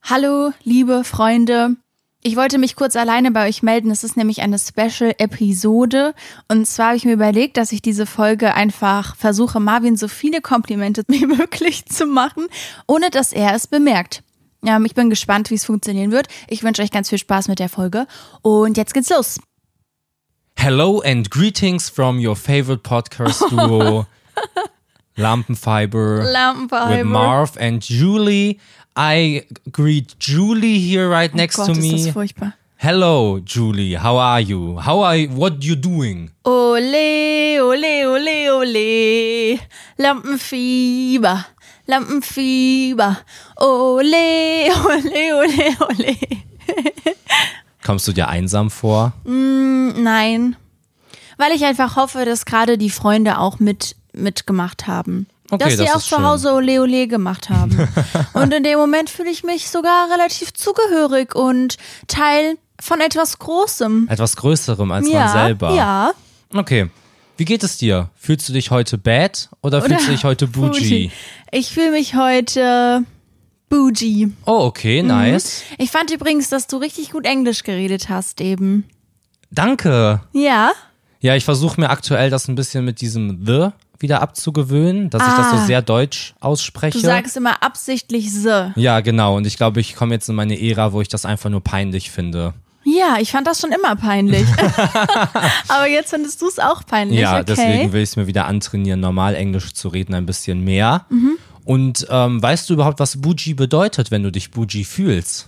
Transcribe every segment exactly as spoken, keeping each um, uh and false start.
Hallo, liebe Freunde. Ich wollte mich kurz alleine bei euch melden. Es ist nämlich eine Special-Episode. Und zwar habe ich mir überlegt, dass ich diese Folge einfach versuche, Marvin so viele Komplimente wie möglich zu machen, ohne dass er es bemerkt. Ja, ich bin gespannt, wie es funktionieren wird. Ich wünsche euch ganz viel Spaß mit der Folge. Und jetzt geht's los. Hello and greetings from your favorite podcast duo, Lampenfiber, Lampenfiber. with Marv and Julie. I greet Julie here right next oh Gott, to me. Ist das furchtbar. Hello, Julie. How are you? How are you? What you doing? Ole, ole, ole, ole. Lampenfieber, Lampenfieber. Ole, ole, ole, ole. Kommst du dir einsam vor? Mm, nein. Weil ich einfach hoffe, dass gerade die Freunde auch mit mitgemacht haben. Okay, dass sie das auch ist zu schön. Hause Ole Ole gemacht haben. Und in dem Moment fühle ich mich sogar relativ zugehörig und Teil von etwas Großem. Etwas Größerem als ja, man selber. Ja. Okay. Wie geht es dir? Fühlst du dich heute bad oder, Oder fühlst du dich heute bougie? Ich fühle mich heute bougie. Oh, okay, nice. Ich fand übrigens, dass du richtig gut Englisch geredet hast eben. Danke. Ja. Ja, ich versuche mir aktuell das ein bisschen mit diesem The wieder abzugewöhnen, dass ich das so Ah. sehr deutsch ausspreche. Du sagst immer absichtlich the. Ja, genau. Und ich glaube, ich komme jetzt in meine Ära, wo ich das einfach nur peinlich finde. Ja, ich fand das schon immer peinlich. Aber jetzt findest du es auch peinlich, Ja, okay. deswegen will ich es mir wieder antrainieren, normal Englisch zu reden, ein bisschen mehr. Mhm. Und ähm, weißt du überhaupt, was Bougie bedeutet, wenn du dich Bougie fühlst?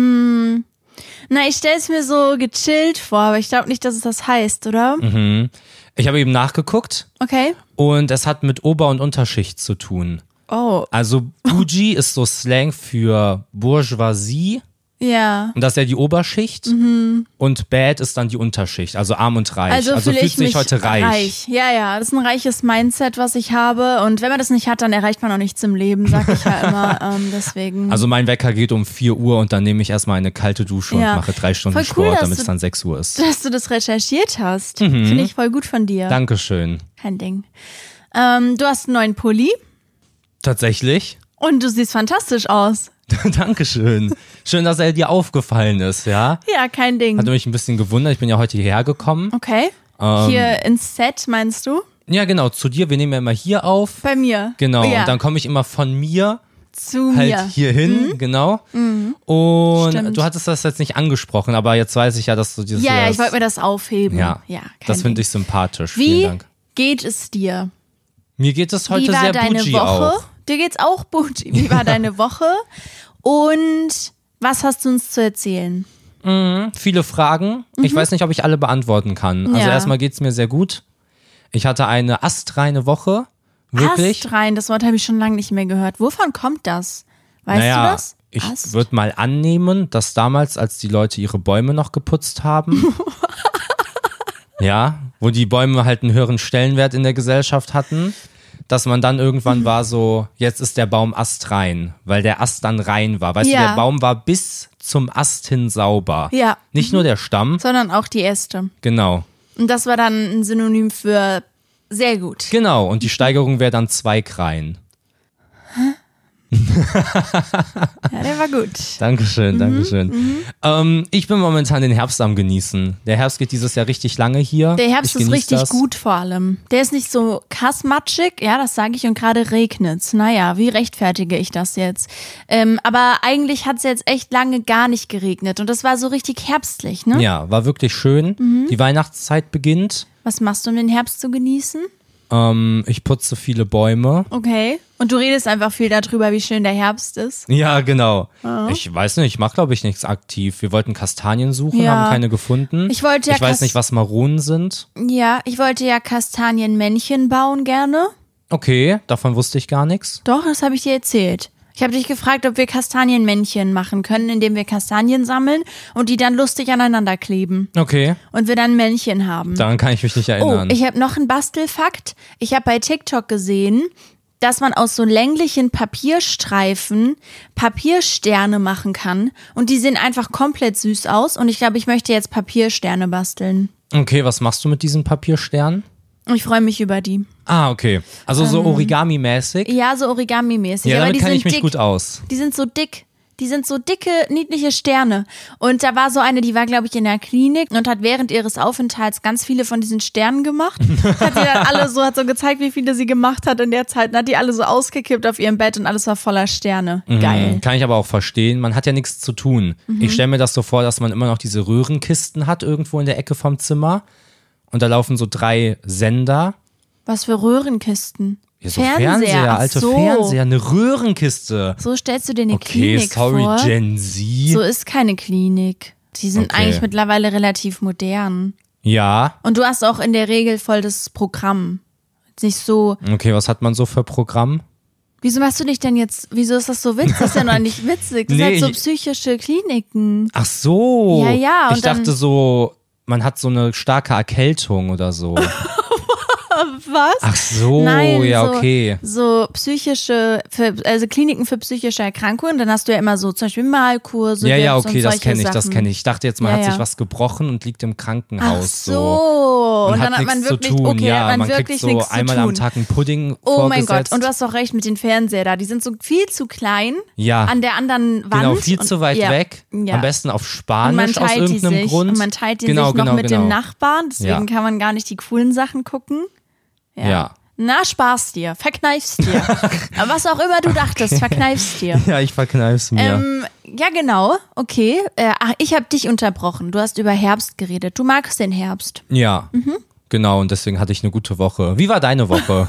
Na, ich stelle es mir so gechillt vor, aber ich glaube nicht, dass es das heißt, oder? Mhm. Ich habe eben nachgeguckt Okay. und es hat mit Ober- und Unterschicht zu tun. Oh, Also Bougie ist so Slang für Bourgeoisie. ja. Und das ist ja die Oberschicht und Bad ist dann die Unterschicht, also arm und reich. Also, Also fühle fühlst ich du mich dich heute reich. reich. Ja, ja, das ist ein reiches Mindset, was ich habe. Und wenn man das nicht hat, dann erreicht man auch nichts im Leben, sag ich ja immer. Ähm, deswegen. Also mein Wecker geht um vier Uhr und dann nehme ich erstmal eine kalte Dusche Ja. und mache drei Stunden Voll cool, Sport, dass damit du- es dann sechs Uhr ist. dass du das recherchiert hast. Mhm. Finde ich voll gut von dir. Dankeschön. Kein Ding. Ähm, du hast einen neuen Pulli Tatsächlich? und du siehst fantastisch aus. Dankeschön. Schön, dass er dir aufgefallen ist, ja? Ja, kein Ding. Hat mich ein bisschen gewundert, ich bin ja heute hierher gekommen. Okay. Ähm, Hier ins Set, meinst du? Ja, genau, zu dir, wir nehmen ja immer hier auf. Bei mir. Genau, Ja. und dann komme ich immer von mir Zu halt mir. hier hin, genau. Und Stimmt. du hattest das jetzt nicht angesprochen, aber jetzt weiß ich ja, dass du dieses Ja, ja, Jahr ich wollte mir das aufheben. Ja, ja kein das finde Ding. ich sympathisch. Wie Vielen Dank. geht es dir? Mir geht es heute Wie war sehr deine bougie Woche? auch. Dir geht's auch bougie. Wie war deine Woche? Und was hast du uns zu erzählen? Viele Fragen. Ich weiß nicht, ob ich alle beantworten kann. Also Mhm. Ja. erstmal geht es mir sehr gut. Ich hatte eine astreine Woche. Wirklich. Astrein, das Wort habe ich schon lange nicht mehr gehört. Wovon kommt das? Weißt naja, du das? ich Ast? würde mal annehmen, dass damals, als die Leute ihre Bäume noch geputzt haben, ja, wo die Bäume halt einen höheren Stellenwert in der Gesellschaft hatten, dass man dann irgendwann war so, jetzt ist der Baum astrein, weil der Ast dann rein war. Weißt Ja. du, der Baum war bis zum Ast hin sauber. Ja. Nicht nur der Stamm, Sondern auch die Äste. genau. Und das war dann ein Synonym für sehr gut. Genau, und die Steigerung wäre dann Zweigreihen. Ja, der war gut. Dankeschön, Mhm, Dankeschön. Ähm, ich bin momentan den Herbst am Genießen. Der Herbst geht dieses Jahr richtig lange hier. Der Herbst ich ist genieß richtig das. gut vor allem. Der ist nicht so krass matschig, ja, das sage ich, und gerade regnet's. Naja, wie rechtfertige ich das jetzt? Ähm, aber eigentlich hat's jetzt echt lange gar nicht geregnet und das war so richtig herbstlich, ne? Ja, war wirklich schön. Mhm. Die Weihnachtszeit beginnt. Was machst du, um den Herbst zu genießen? Ähm, ich putze viele Bäume. Okay. Und du redest einfach viel darüber, wie schön der Herbst ist. Ja, genau. Ich weiß nicht, ich mache, glaube ich, nichts aktiv. Wir wollten Kastanien suchen, Ja. haben keine gefunden. Ich wollte ja Ich weiß Kas- nicht, was Maronen sind. Ja, ich wollte ja Kastanienmännchen bauen gerne. Okay, davon wusste ich gar nichts. Doch, das habe ich dir erzählt. Ich habe dich gefragt, ob wir Kastanienmännchen machen können, indem wir Kastanien sammeln und die dann lustig aneinander kleben. Okay, Und wir dann Männchen haben. daran kann ich mich nicht Oh, erinnern. ich habe noch einen Bastelfakt. Ich habe bei TikTok gesehen, dass man aus so länglichen Papierstreifen Papiersterne machen kann. Und die sehen einfach komplett süß aus. Und ich glaube, ich möchte jetzt Papiersterne basteln. Okay, was machst du mit diesen Papiersternen? Ich freue mich über die. Ah, okay. Also so Origami-mäßig. Ja, so Origami-mäßig. Ja, Aber damit die kann sind ich mich dick. gut aus. Die sind so dick. die sind so dicke, niedliche Sterne. Und da war so eine, die war, glaube ich, in der Klinik und hat während ihres Aufenthalts ganz viele von diesen Sternen gemacht. Hat die dann alle so, hat so gezeigt, wie viele sie gemacht hat in der Zeit und hat die alle so ausgekippt auf ihrem Bett und alles war voller Sterne. Geil. Mhm, kann ich aber auch verstehen. Man hat ja nichts zu tun. Mhm. Ich stelle mir das so vor, dass man immer noch diese Röhrenkisten hat irgendwo in der Ecke vom Zimmer und da laufen so drei Sender. Was für Röhrenkisten? Ja, so Fernseher, Fernseher alte so. Fernseher, eine Röhrenkiste. So stellst du dir eine okay, Klinik sorry, vor. Gen Z. So ist keine Klinik. Die sind Okay. eigentlich mittlerweile relativ modern. Ja. Und du hast auch in der Regel voll das Programm. Nicht so, Okay, was hat man so für Programm? wieso machst du dich denn jetzt, wieso ist das so witzig? Das ist ja noch nicht witzig. Das Nee, sind halt so ich- psychische Kliniken. Ach so. Ja, ja, und Ich dachte dann- so, man hat so eine starke Erkältung oder so. Was? Ach so, Nein, ja, so, okay. so psychische, für, also Kliniken für psychische Erkrankungen, dann hast du ja immer so zum Beispiel Malkurse. Ja, ja, gibt's okay, und das solche kenne ich, das Sachen. kenne ich. Ich dachte jetzt, man Ja, hat ja. sich was gebrochen und liegt im Ach Krankenhaus. so. Und, Und, hat dann hat man nichts wirklich, zu tun. okay, ja, hat man, man wirklich kriegt so nichts zu einmal tun. am Tag einen Pudding Oh mein vorgesetzt. Gott, und du hast doch recht mit den Fernseher da. Die sind so viel zu klein Ja. an der anderen Wand. Genau, viel und, zu weit ja, weg. Ja. Am besten auf und Spanisch man aus teilt die irgendeinem sich, Grund. Und man teilt die genau, sich noch genau, mit genau. dem Nachbarn, deswegen Ja. kann man gar nicht die coolen Sachen gucken. Ja. Ja. Na, spar's dir, verkneif's dir. Aber was auch immer du dachtest, verkneif's dir. Ja, ich verkneif's mir. Ähm, ja, genau, okay. Äh, ach, ich habe dich unterbrochen. Du hast über Herbst geredet. Du magst den Herbst. ja, Mhm. genau, und deswegen hatte ich eine gute Woche. Wie war deine Woche?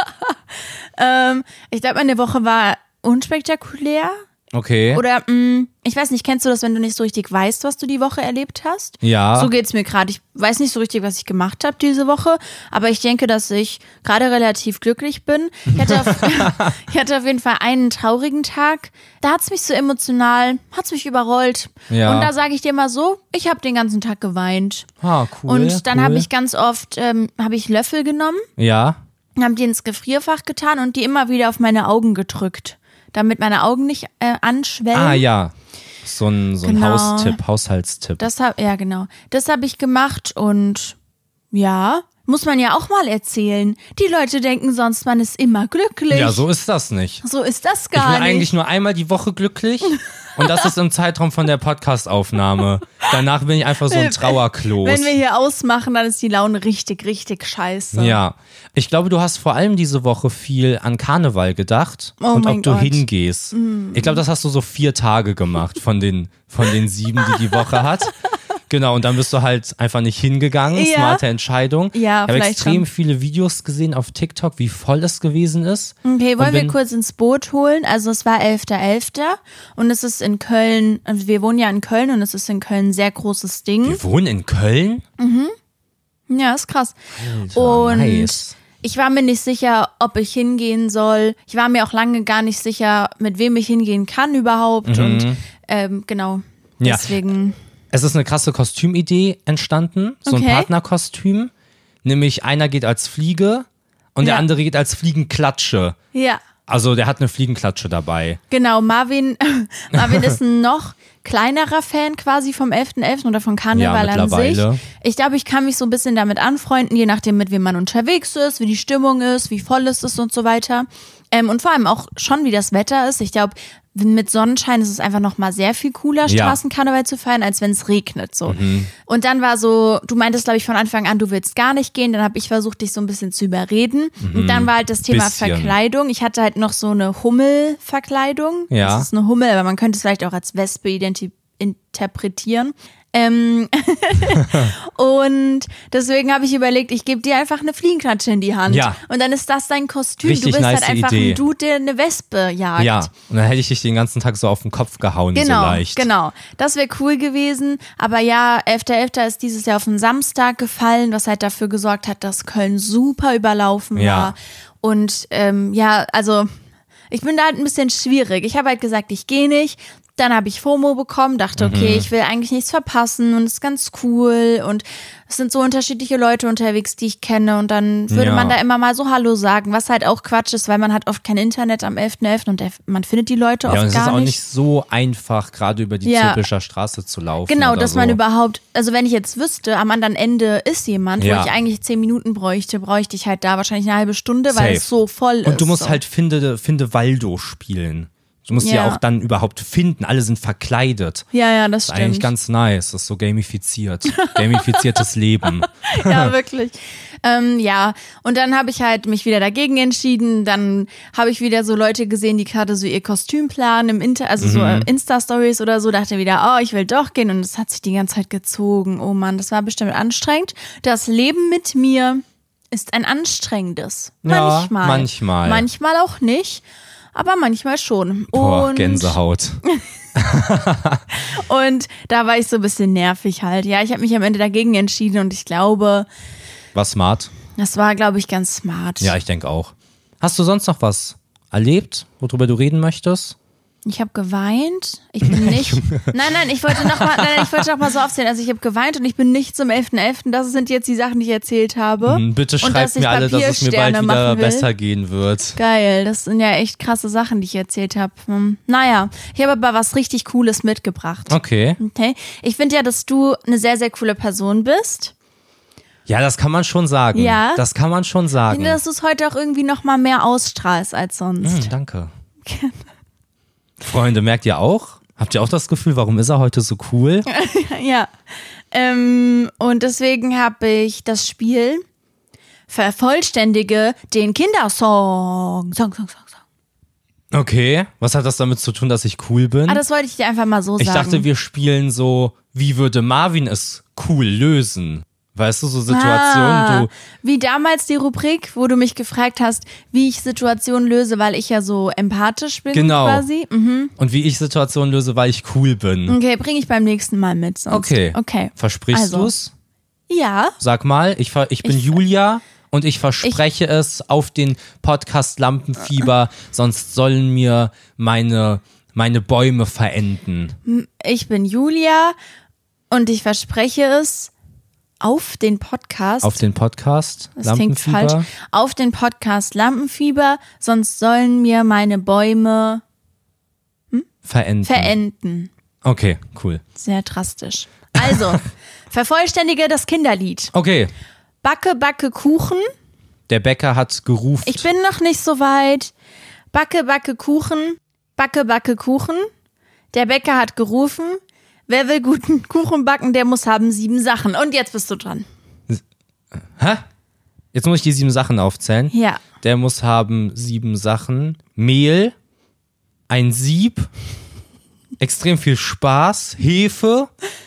Ähm, ich glaube, meine Woche war unspektakulär. Okay. Oder, mh, ich weiß nicht, kennst du das, wenn du nicht so richtig weißt, was du die Woche erlebt hast? Ja. So geht's mir gerade. Ich weiß nicht so richtig, was ich gemacht habe diese Woche, aber ich denke, dass ich gerade relativ glücklich bin. Ich hatte auf, ich hatte auf jeden Fall einen traurigen Tag. Da hat's mich so emotional, hat's mich überrollt. Ja. Und da sage ich dir mal so, ich habe den ganzen Tag geweint. Ah, cool. Und dann cool. habe ich ganz oft ähm, habe ich Löffel genommen, Ja. habe die ins Gefrierfach getan und die immer wieder auf meine Augen gedrückt, damit meine Augen nicht äh, anschwellen. Ah, ja. So ein, so ein Genau. Haustipp, Haushaltstipp. Das hab, ja, genau. Das habe ich gemacht und ja, muss man ja auch mal erzählen. Die Leute denken sonst, man ist immer glücklich. ja, so ist das nicht. So ist das Ich gar bin nicht. eigentlich nur einmal die Woche glücklich und das ist im Zeitraum von der Podcast-Aufnahme. Danach bin ich einfach so ein Trauerklos. Wenn wir hier ausmachen, dann ist die Laune richtig, richtig scheiße. Ja, ich glaube, du hast vor allem diese Woche viel an Karneval gedacht Oh und mein ob du Gott. hingehst. Ich glaube, das hast du so vier Tage gemacht von den, von den sieben, die die Woche hat. Genau, und dann bist du halt einfach nicht hingegangen. Ja. Smarte Entscheidung. Ja, ich habe vielleicht extrem schon. viele Videos gesehen auf TikTok, wie voll es gewesen ist. Okay, wollen Und wir bin- kurz ins Boot holen? Also es war elfter elfter und es ist in Köln, also wir wohnen ja in Köln und es ist in Köln ein sehr großes Ding. Wir wohnen in Köln? Ja, ist krass. Alter, Und nice. ich war mir nicht sicher, ob ich hingehen soll. Ich war mir auch lange gar nicht sicher, mit wem ich hingehen kann überhaupt. Und ähm, genau, Mhm. Ja. deswegen. Es ist eine krasse Kostümidee entstanden, so ein Okay. Partnerkostüm. Nämlich einer geht als Fliege und der Ja. andere geht als Fliegenklatsche. Ja, Also der hat eine Fliegenklatsche dabei. genau. Marvin, Marvin ist ein noch kleinerer Fan quasi vom elfter elfter oder von Karneval Ja, an sich. mittlerweile. Ich glaube, ich kann mich so ein bisschen damit anfreunden, je nachdem, mit wem man unterwegs ist, wie die Stimmung ist, wie voll es ist und so weiter. Ähm, und vor allem auch schon, wie das Wetter ist. Ich glaube, mit Sonnenschein ist es einfach noch mal sehr viel cooler, Ja. Straßenkarneval zu feiern, als wenn es regnet. So. Und dann war so, du meintest, glaube ich, von Anfang an, du willst gar nicht gehen. Dann habe ich versucht, dich so ein bisschen zu überreden. Und dann war halt das Thema Bisschen. Verkleidung. Ich hatte halt noch so eine Hummel-Verkleidung. Ja. Das ist eine Hummel, aber man könnte es vielleicht auch als Wespe identi- interpretieren. Ähm und deswegen habe ich überlegt, ich gebe dir einfach eine Fliegenklatsche in die Hand. Ja. Und dann ist das dein Kostüm. Richtig du bist nice halt einfach Idee. ein Dude, der eine Wespe jagt. Ja, und dann hätte ich dich den ganzen Tag so auf den Kopf gehauen, Genau, so leicht. genau. Das wäre cool gewesen. Aber ja, elfter elfter ist dieses Jahr auf einen Samstag gefallen, was halt dafür gesorgt hat, dass Köln super überlaufen Ja. war. Und ähm, ja, also ich bin da halt ein bisschen schwierig. Ich habe halt gesagt, ich gehe nicht. Dann habe ich FOMO bekommen, dachte, okay, ich will eigentlich nichts verpassen und es ist ganz cool und es sind so unterschiedliche Leute unterwegs, die ich kenne und dann würde Ja. man da immer mal so Hallo sagen, was halt auch Quatsch ist, weil man hat oft kein Internet am elfter elfter und der, man findet die Leute oft Ja, und es gar ist auch nicht. nicht so einfach, gerade über die Ja. Zülpicher Straße zu laufen. Genau, oder dass so. man überhaupt, also wenn ich jetzt wüsste, am anderen Ende ist jemand, Ja. wo ich eigentlich zehn Minuten bräuchte, bräuchte ich halt da wahrscheinlich eine halbe Stunde, Safe. weil es so voll ist. Und du musst so. halt Finde, Finde Waldo spielen. Du musst Ja. die ja auch dann überhaupt finden. Alle sind verkleidet. Ja, ja, das Das ist eigentlich stimmt. ganz nice. Das ist so gamifiziert. Gamifiziertes Leben. Ja, wirklich. Ähm, ja, und dann habe ich halt mich wieder dagegen entschieden. Dann habe ich wieder so Leute gesehen, die gerade so ihr Kostüm planen im Inter, also so äh, Insta-Stories oder so. Dachte wieder, oh, ich will doch gehen. Und es hat sich die ganze Zeit gezogen. Oh Mann, das war bestimmt anstrengend. Das Leben mit mir ist ein anstrengendes. Ja, Manchmal. manchmal. Manchmal auch nicht. Aber manchmal schon. Boah, und, Gänsehaut. und da war ich so ein bisschen nervig halt. Ja, ich habe mich am Ende dagegen entschieden und ich glaube, War smart. das war, glaube ich, ganz smart. Ja, ich denke auch. Hast du sonst noch was erlebt, worüber du reden möchtest? Ich habe geweint. Ich bin nicht. Nein, nein, ich wollte noch mal, nein, nein, ich wollte noch mal so aufzählen. Also ich habe geweint und ich bin nicht zum elften elften Das sind jetzt die Sachen, die ich erzählt habe. Hm, Bitte Und dass schreibt ich mir alle, dass es mir bald Papiersterne wieder machen will. besser gehen wird. Geil, das sind ja echt krasse Sachen, die ich erzählt habe. Hm. Naja, ich habe aber was richtig Cooles mitgebracht. Okay. Okay. Ich finde ja, dass du eine sehr, sehr coole Person bist. Ja, das kann man schon sagen. Ja. Das kann man schon Ich sagen. finde, dass du es heute auch irgendwie noch mal mehr ausstrahlst als sonst. Hm, danke. Freunde, merkt ihr auch? Habt ihr auch das Gefühl, warum ist er heute so cool? Ja. Ähm, und deswegen habe ich das Spiel Vervollständige den Kindersong. Song, Song, Song, Song. Okay, was hat das damit zu tun, dass ich cool bin? Ah, das wollte ich dir einfach mal so ich sagen. dachte, wir spielen so, wie würde Marvin es cool lösen? Weißt du, so Situationen, ah, du, wie damals die Rubrik, wo du mich gefragt hast, wie ich Situationen löse, weil ich ja so empathisch bin Genau. quasi. Mhm. und wie ich Situationen löse, weil ich cool bin. Okay, bringe ich beim nächsten Mal mit. Sonst. Okay. Okay. Versprichst Also. du's? Ja. Sag mal, ich, ver- ich bin Ich- Julia und ich verspreche es auf den Podcast Lampenfieber, sonst sollen mir meine, meine Bäume verenden. Ich bin Julia und ich verspreche es auf den Podcast. Auf den Podcast das klingt Lampenfieber. falsch. Auf den Podcast Lampenfieber, sonst sollen mir meine Bäume Verenden. verenden. Okay, cool. Sehr drastisch. Also, vervollständige das Kinderlied. Okay, Backe, backe Kuchen. der Bäcker hat gerufen. Ich bin noch nicht so weit. Backe, backe Kuchen. Backe, backe Kuchen. Der Bäcker hat gerufen. Wer will guten Kuchen backen, der muss haben sieben Sachen. Und jetzt bist du dran. Hä? Jetzt muss ich die sieben Sachen aufzählen. Ja. Der muss haben sieben Sachen. Mehl, ein Sieb, extrem viel Spaß, Hefe,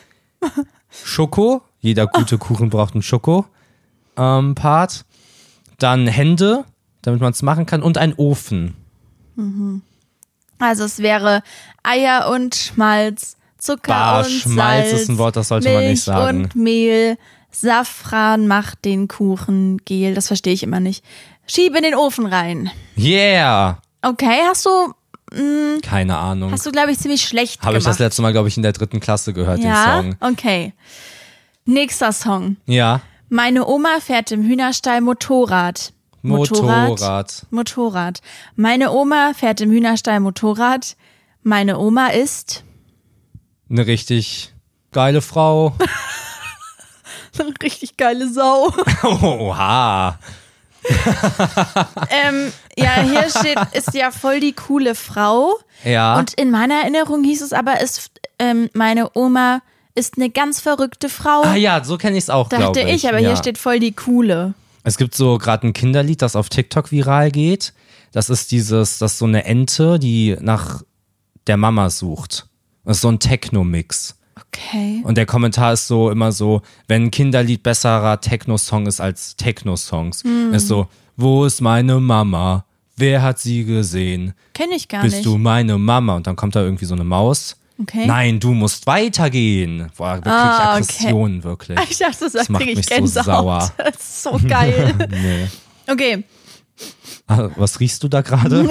Schoko. Jeder gute Kuchen braucht einen Schoko-Part. Dann Hände, damit man es machen kann. Und ein Ofen. Also es wäre Eier und Schmalz, Zucker Bah, und Schmalz Salz, ist ein Wort, das sollte Milch man nicht sagen. und Mehl, Safran macht den Kuchen gel. Das verstehe ich immer nicht. Schieb in den Ofen rein. Yeah! Okay, hast du, Keine Ahnung. hast du glaube ich ziemlich schlecht Habe ich das gemacht. letzte Mal, glaube ich, in der dritten Klasse gehört, Ja, den Song. okay. Nächster Song. Ja. Meine Oma fährt im Hühnerstall Motorrad. Motorrad. Motorrad. Meine Oma fährt im Hühnerstall Motorrad. Meine Oma ist Eine richtig geile Frau. eine richtig geile Sau. Oha. ähm, ja, hier steht, ist ja voll die coole Frau. Ja. Und in meiner Erinnerung hieß es aber, ist, ähm, meine Oma ist eine ganz verrückte Frau. Ah ja, so kenne ich es auch, glaube Dachte ich. ich, aber ja. hier steht voll die coole. Es gibt so gerade ein Kinderlied, das auf TikTok viral geht. Das ist dieses, das ist so eine Ente, die nach der Mama sucht. Das ist so ein Techno-Mix. Okay. Und der Kommentar ist so immer so, wenn ein Kinderlied besserer Techno-Song ist als Techno-Songs, Hm. ist so, wo ist meine Mama? Wer hat sie gesehen? Kenne ich gar Bist nicht. du meine Mama? Und dann kommt da irgendwie so eine Maus. Okay. Nein, du musst weitergehen. Boah, da krieg ich Ah, okay. Aggression, wirklich. Ich dachte, das, Das macht kriege ich mich so Gänsehaut. sauer. Das ist so geil. Nee. Okay. Ah, was riechst du da gerade?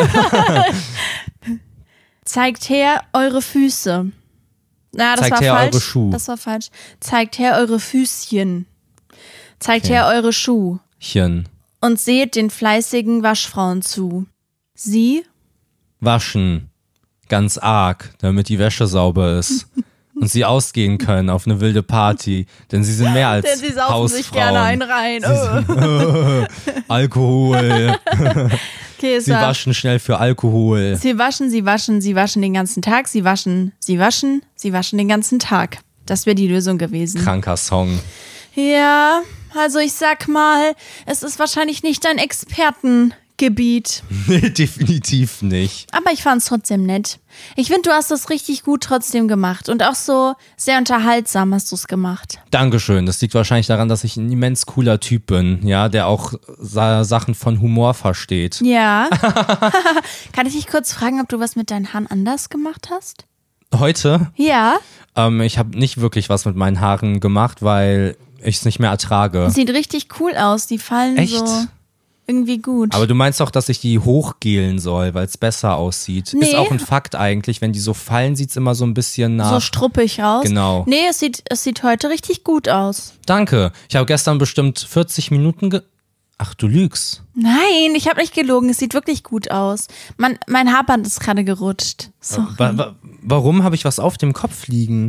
Zeigt her eure Füße. Na, das Zeigt war her falsch. eure Schuh. Das war falsch. Zeigt her eure Füßchen. Zeigt Okay. her eure Schuh. Chen. Und seht den fleißigen Waschfrauen zu. Sie Waschen. Ganz arg, damit die Wäsche sauber ist. Und sie ausgehen können auf eine wilde Party. Denn sie sind mehr als Denn sie saufen Hausfrauen. sich gerne einen rein. Sie sind, Alkohol. Okay, Okay, sie so. waschen schnell für Alkohol. Sie waschen, sie waschen, sie waschen den ganzen Tag. Sie waschen, sie waschen, sie waschen den ganzen Tag. Das wäre die Lösung gewesen. Kranker Song. Ja, also ich sag mal, es ist wahrscheinlich nicht dein Expertengebiet. Nee, definitiv nicht. Aber ich fand's trotzdem nett. Ich finde, du hast das richtig gut trotzdem gemacht. Und auch so sehr unterhaltsam hast du's gemacht. Dankeschön. Das liegt wahrscheinlich daran, dass ich ein immens cooler Typ bin, ja, der auch Sa- Sachen von Humor versteht. Ja. Kann ich dich kurz fragen, ob du was mit deinen Haaren anders gemacht hast? Heute, Ja. ähm, ich habe nicht wirklich was mit meinen Haaren gemacht, weil ich es nicht mehr ertrage. Sieht richtig cool aus. Die fallen Echt? so irgendwie gut. Aber du meinst doch, dass ich die hochgelen soll, weil es besser aussieht. Nee. Ist auch ein Fakt eigentlich. Wenn die so fallen, sieht's immer so ein bisschen nach. so struppig aus. Genau. Nee, es sieht, es sieht heute richtig gut aus. Danke. Ich habe gestern bestimmt vierzig Minuten ge... Ach, du lügst. Nein, ich habe nicht gelogen. Es sieht wirklich gut aus. Man, mein Haarband ist gerade gerutscht. Sorry. Wa wa warum habe ich was auf dem Kopf liegen?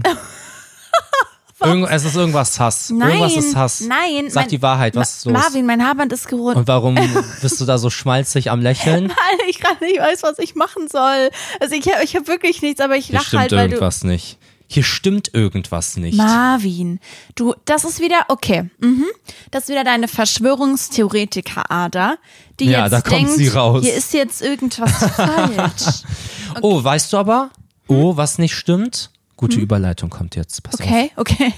Irgend es ist irgendwas Hass. Nein, irgendwas ist Hass. nein. Sag mein- die Wahrheit, was ist los? Marvin, mein Haarband ist gerutscht. Und warum bist du da so schmalzig am Lächeln? Weil ich gerade nicht weiß, was ich machen soll. Also ich habe ich hab wirklich nichts, aber ich Hier lache stimmt halt, weil du... irgendwas nicht. Hier stimmt irgendwas nicht. Marvin, du, das ist wieder, okay, mhm. Das ist wieder deine Verschwörungstheoretiker-Ader, die Ja, jetzt da kommt denkt, sie raus. hier ist jetzt irgendwas falsch. Oh, weißt du aber? Oh, was nicht stimmt? Gute Überleitung kommt jetzt. Pass Okay, okay.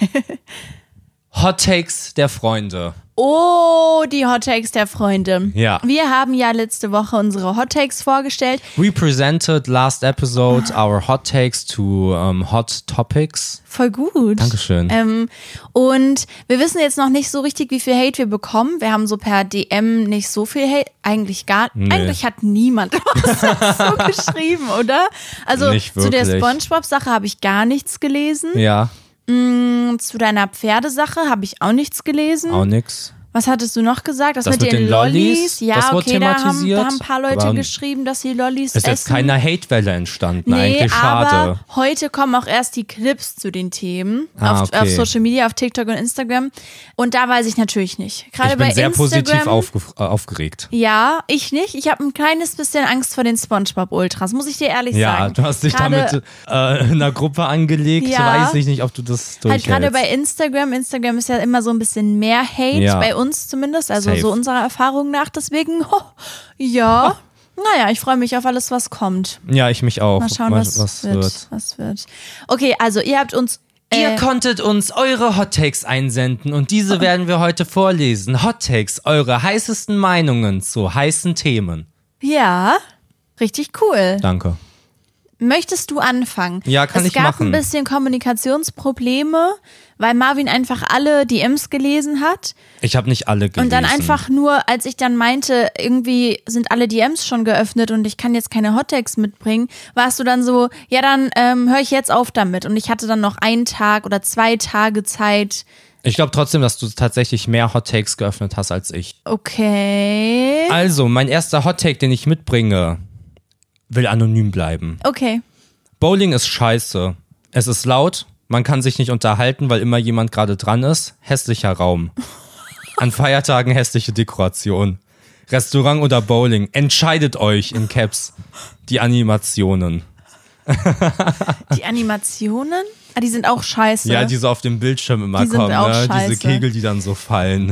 auf. Hot Takes der Freunde. Oh, die Hot Takes der Freunde. Ja. Wir haben ja letzte Woche unsere Hot Takes vorgestellt. We presented last episode our Hot Takes to um, Hot Topics. Voll gut. Dankeschön. Ähm, und wir wissen jetzt noch nicht so richtig, wie viel Hate wir bekommen. Wir haben so per D M nicht so viel Hate. Eigentlich gar Nee. Eigentlich hat niemand was dazu geschrieben, oder? Also Nicht zu der wirklich. SpongeBob-Sache habe ich gar nichts gelesen. Ja, Zu deiner Pferdesache habe ich auch nichts gelesen. auch nix. Was hattest du noch gesagt? Das, Das mit, mit den, den Lollis. Lollis, Ja, das wurde okay, da haben, thematisiert, da haben ein paar Leute aber geschrieben, dass sie Lollis Ist essen. jetzt keine Hatewelle entstanden, Nee, eigentlich schade. aber heute kommen auch erst die Clips zu den Themen Ah, auf, okay. auf Social Media, auf TikTok und Instagram. Und da weiß ich natürlich nicht. Gerade Ich bin bei sehr Instagram, positiv aufge äh, aufgeregt. Ja, ich nicht. Ich habe ein kleines bisschen Angst vor den SpongeBob-Ultras, muss ich dir ehrlich Ja, sagen. du hast dich Gerade- damit äh, in einer Gruppe angelegt. Ja. Weiß ich nicht, ob du das Halt durchhältst. gerade bei Instagram. Instagram ist ja immer so ein bisschen mehr Hate, Ja. bei uns zumindest, also Safe. so unserer Erfahrung nach. Deswegen, oh, ja, naja, ich freue mich auf alles, was kommt. Ja, ich mich auch. Mal schauen, Mal- was, was wird, wird. Was wird. Okay, also ihr habt uns... Ihr Äh, konntet uns eure Hot Takes einsenden und diese werden wir heute vorlesen. Hot Takes, eure heißesten Meinungen zu heißen Themen. ja, richtig cool. Danke. Möchtest du anfangen? Ja, kann es ich gab machen. ein bisschen Kommunikationsprobleme, weil Marvin einfach alle D Ms gelesen hat. Ich habe nicht alle gelesen. Und dann einfach nur, als ich dann meinte, irgendwie sind alle D Ms schon geöffnet und ich kann jetzt keine Hottakes mitbringen, warst du dann so, ja, dann ähm, höre ich jetzt auf damit. Und ich hatte dann noch einen Tag oder zwei Tage Zeit. Ich glaube trotzdem, dass du tatsächlich mehr Hot Takes geöffnet hast als ich. Okay. Also, mein erster Hot Take, den ich mitbringe, will anonym bleiben. Okay. Bowling ist scheiße. Es ist laut, man kann sich nicht unterhalten, weil immer jemand gerade dran ist. Hässlicher Raum. An Feiertagen hässliche Dekoration. Restaurant oder Bowling. Entscheidet euch in Caps. Die Animationen. Die Animationen? Ah, die sind auch scheiße. Ja, die so auf dem Bildschirm immer Die sind kommen, auch ne? scheiße. Diese Kegel, die dann so fallen.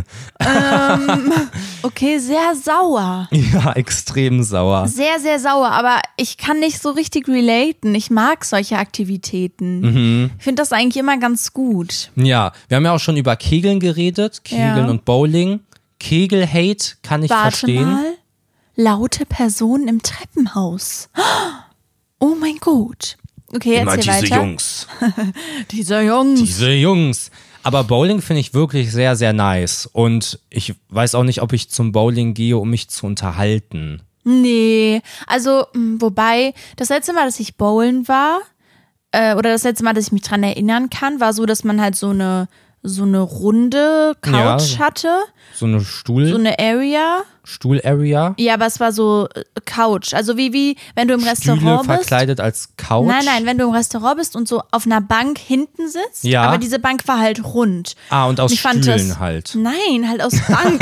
Okay, sehr sauer. Ja, extrem sauer. Sehr, sehr sauer, aber ich kann nicht so richtig relaten. Ich mag solche Aktivitäten. Mhm. Ich finde das eigentlich immer ganz gut. Ja, wir haben ja auch schon über Kegeln geredet. Kegeln Ja. und Bowling. Kegel-Hate kann ich Warte verstehen. mal. Laute Personen im Treppenhaus. Oh mein Gott. Okay, Immer erzähl diese weiter. Jungs. Dieser Jungs. Diese Jungs. Aber Bowling finde ich wirklich sehr, sehr nice. Und ich weiß auch nicht, ob ich zum Bowling gehe, um mich zu unterhalten. Nee, also, mh, wobei, das letzte Mal, dass ich bowlen war, äh, oder das letzte Mal, dass ich mich dran erinnern kann, war so, dass man halt so eine, so eine runde Couch Ja. hatte, So eine Stuhl. so eine Area. Stuhl-Area. Ja, aber es war so äh, Couch. Also wie, wie wenn du im Stühle Restaurant bist. verkleidet als Couch. Nein, nein, wenn du im Restaurant bist und so auf einer Bank hinten sitzt, Ja. aber diese Bank war halt rund. Ah, und aus Ich fand Stühlen das- halt. Nein, halt aus Bank.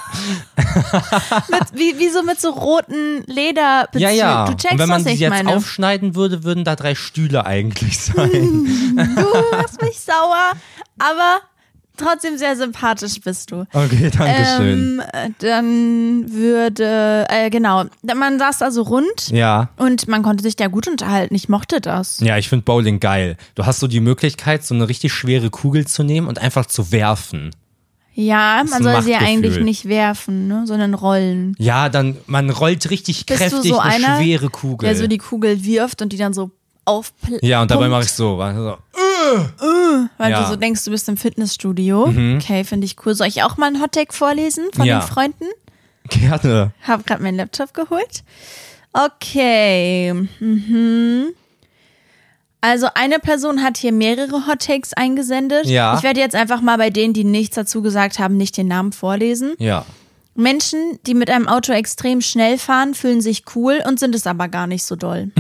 mit, wie, wie so mit so roten Lederbezügen. Ja, ja. Du checkst, und wenn man was die ich jetzt meine. aufschneiden würde, würden da drei Stühle eigentlich sein. Du machst mich sauer, aber trotzdem sehr sympathisch bist du. Okay, danke schön. Ähm, dann würde, äh, genau, man saß also rund Ja. und man konnte sich da gut unterhalten. Ich mochte das. Ja, ich finde Bowling geil. Du hast so die Möglichkeit, so eine richtig schwere Kugel zu nehmen und einfach zu werfen. Ja, ist man ein soll sie ja Machtgefühl. eigentlich nicht werfen, ne, sondern rollen. Ja, dann, man rollt richtig Bist du kräftig so eine einer, schwere Kugel. Der so die Kugel wirft und die dann so aufpl- ja, und dabei pumpt, mache ich so. warte, so. weil ja. du so denkst, du bist im Fitnessstudio. Okay, finde ich cool. Soll ich auch mal einen Hottag vorlesen von Ja. den Freunden? Gerne. Hab gerade meinen Laptop geholt. Okay. Mhm. Also eine Person hat hier mehrere Hot Takes eingesendet. Ja. Ich werde jetzt einfach mal bei denen, die nichts dazu gesagt haben, nicht den Namen vorlesen. Ja. Menschen, die mit einem Auto extrem schnell fahren, fühlen sich cool und sind es aber gar nicht so doll.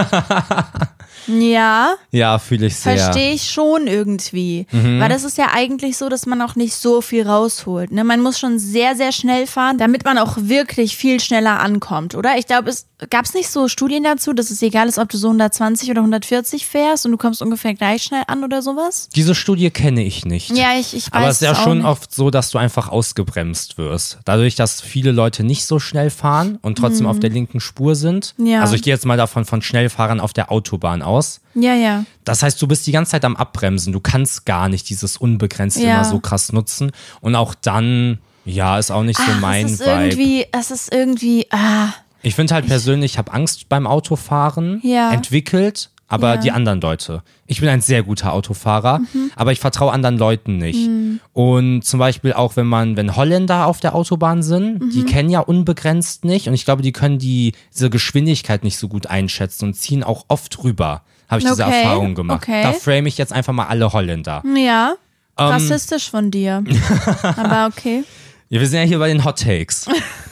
Ja, Ja, fühle ich sehr. verstehe ich schon irgendwie. Weil das ist ja eigentlich so, dass man auch nicht so viel rausholt. Ne? Man muss schon sehr, sehr schnell fahren, damit man auch wirklich viel schneller ankommt, oder? Ich glaube, es gab es nicht so Studien dazu, dass es egal ist, ob du so hundertzwanzig oder hundertvierzig fährst und du kommst ungefähr gleich schnell an oder sowas? Diese Studie kenne ich nicht. Ja, ich, ich weiß Aber es ist ja auch schon nicht. oft so, dass du einfach ausgebremst wirst. Dadurch, dass viele Leute nicht so schnell fahren und trotzdem auf der linken Spur sind. Mhm. Ja. Also ich gehe jetzt mal davon von Schnellfahrern auf der Autobahn aus. Ja, ja. Das heißt, du bist die ganze Zeit am Abbremsen. Du kannst gar nicht dieses Unbegrenzte Ja. immer so krass nutzen. Und auch dann, ja, ist auch nicht so Ach, mein es ist Vibe. irgendwie, es ist irgendwie, ah, Ich finde halt persönlich, ich habe Angst beim Autofahren Ja. entwickelt, aber Ja. Mhm. die anderen Leute. Ich bin ein sehr guter Autofahrer, aber ich vertraue anderen Leuten nicht. Und zum Beispiel auch, wenn man, wenn Holländer auf der Autobahn sind, Mhm. die kennen ja unbegrenzt nicht und ich glaube, die können die, diese Geschwindigkeit nicht so gut einschätzen und ziehen auch oft rüber. Habe ich diese Okay, Erfahrung gemacht. okay. Da frame ich jetzt einfach mal alle Holländer. ja, Ähm. rassistisch von dir. Aber okay. Ja, wir sind ja hier bei den Hot Takes.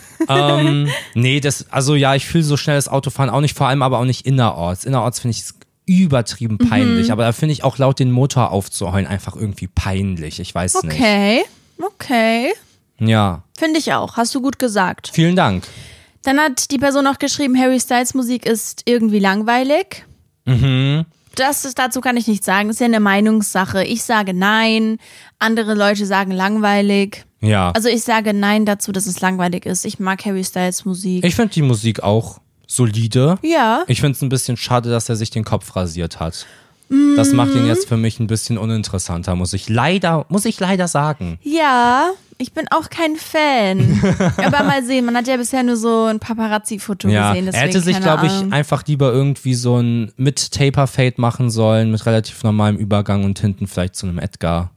ähm, nee, das, also ja, ich fühle so schnelles Autofahren auch nicht, vor allem aber auch nicht innerorts. Innerorts finde ich es übertrieben peinlich, Mhm. aber da finde ich auch laut den Motor aufzuheulen einfach irgendwie peinlich. Ich weiß nicht. Okay, okay. Ja, Finde ich auch. Hast du gut gesagt. vielen Dank. Dann hat die Person auch geschrieben, Harry Styles Musik ist irgendwie langweilig. Mhm. Das ist, dazu kann ich nichts sagen. Das ist ja eine Meinungssache. Ich sage nein, andere Leute sagen langweilig. Ja. Also ich sage nein dazu, dass es langweilig ist. Ich mag Harry Styles Musik. Ich finde die Musik auch solide. ja. Ich finde es ein bisschen schade, dass er sich den Kopf rasiert hat. Das macht ihn jetzt für mich ein bisschen uninteressanter, muss ich leider, muss ich leider sagen. Ja, ich bin auch kein Fan. Aber mal sehen, man hat ja bisher nur so ein Paparazzi-Foto Ja, gesehen. Deswegen, er hätte sich, keine glaube ich, Ahnung. einfach lieber irgendwie so ein mit Taper-Fade machen sollen, mit relativ normalem Übergang und hinten vielleicht zu einem Edgar.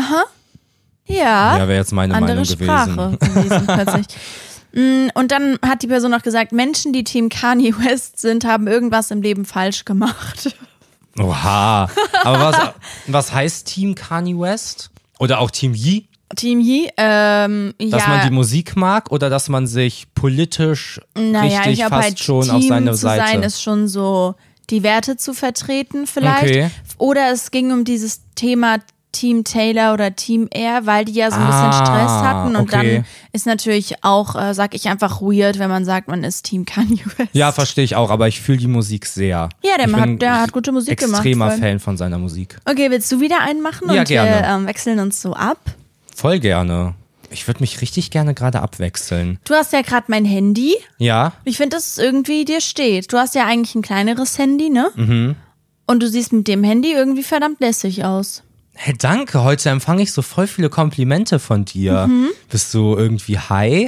Ja, Ja, wäre jetzt meine andere Meinung Sprache gewesen. gewesen plötzlich. Mm, Und dann hat die Person noch gesagt, Menschen, die Team Kanye West sind, haben irgendwas im Leben falsch gemacht. Oha. Aber was, was heißt Team Kanye West? Oder auch Team Yee? Team Yee, ähm, Dass ja, man die Musik mag oder dass man sich politisch naja, richtig ich glaube fast halt, schon Team auf seine zu Seite. sein ist schon so, die Werte zu vertreten vielleicht. Okay. Oder es ging um dieses Thema Team Taylor oder Team Air, weil die ja so ein bisschen Ah, Stress hatten. Und okay. dann ist natürlich auch, äh, sag ich einfach, weird, wenn man sagt, man ist Team Kanye West. Ja, verstehe ich auch, aber ich fühle die Musik sehr. Ja, der ich hat- bin der hat gute Musik gemacht, Extremer voll. Fan von seiner Musik. Okay, willst du wieder einen machen? Ja, und gerne. wir ähm, wechseln uns so ab. Voll gerne. Ich würde mich richtig gerne gerade abwechseln. Du hast ja gerade mein Handy. Ja? Ich finde, dass es irgendwie dir steht. Du hast ja eigentlich ein kleineres Handy, ne? Mhm. Und du siehst mit dem Handy irgendwie verdammt lässig aus. Hey, danke. Heute empfange ich so voll viele Komplimente von dir. Mhm. Bist du irgendwie high?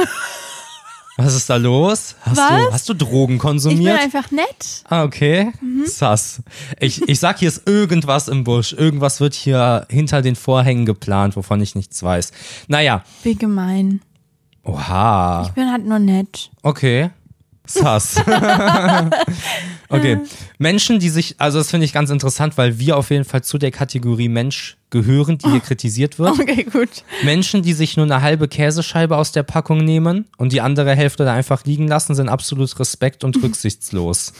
Was ist da los? Hast, Was? Du, hast du Drogen Ich bin konsumiert? einfach nett. Ah, okay. Sass. Ich, ich sag, hier ist irgendwas im Busch. Irgendwas wird hier hinter den Vorhängen geplant, wovon ich nichts weiß. Naja. Wie gemein. Oha. Ich bin halt nur nett. Okay. Sass. Okay. Menschen, die sich, also das finde ich ganz interessant, weil wir auf jeden Fall zu der Kategorie Mensch gehören, die hier kritisiert wird. Okay, gut. Menschen, die sich nur eine halbe Käsescheibe aus der Packung nehmen und die andere Hälfte da einfach liegen lassen, sind absolut respekt- und rücksichtslos.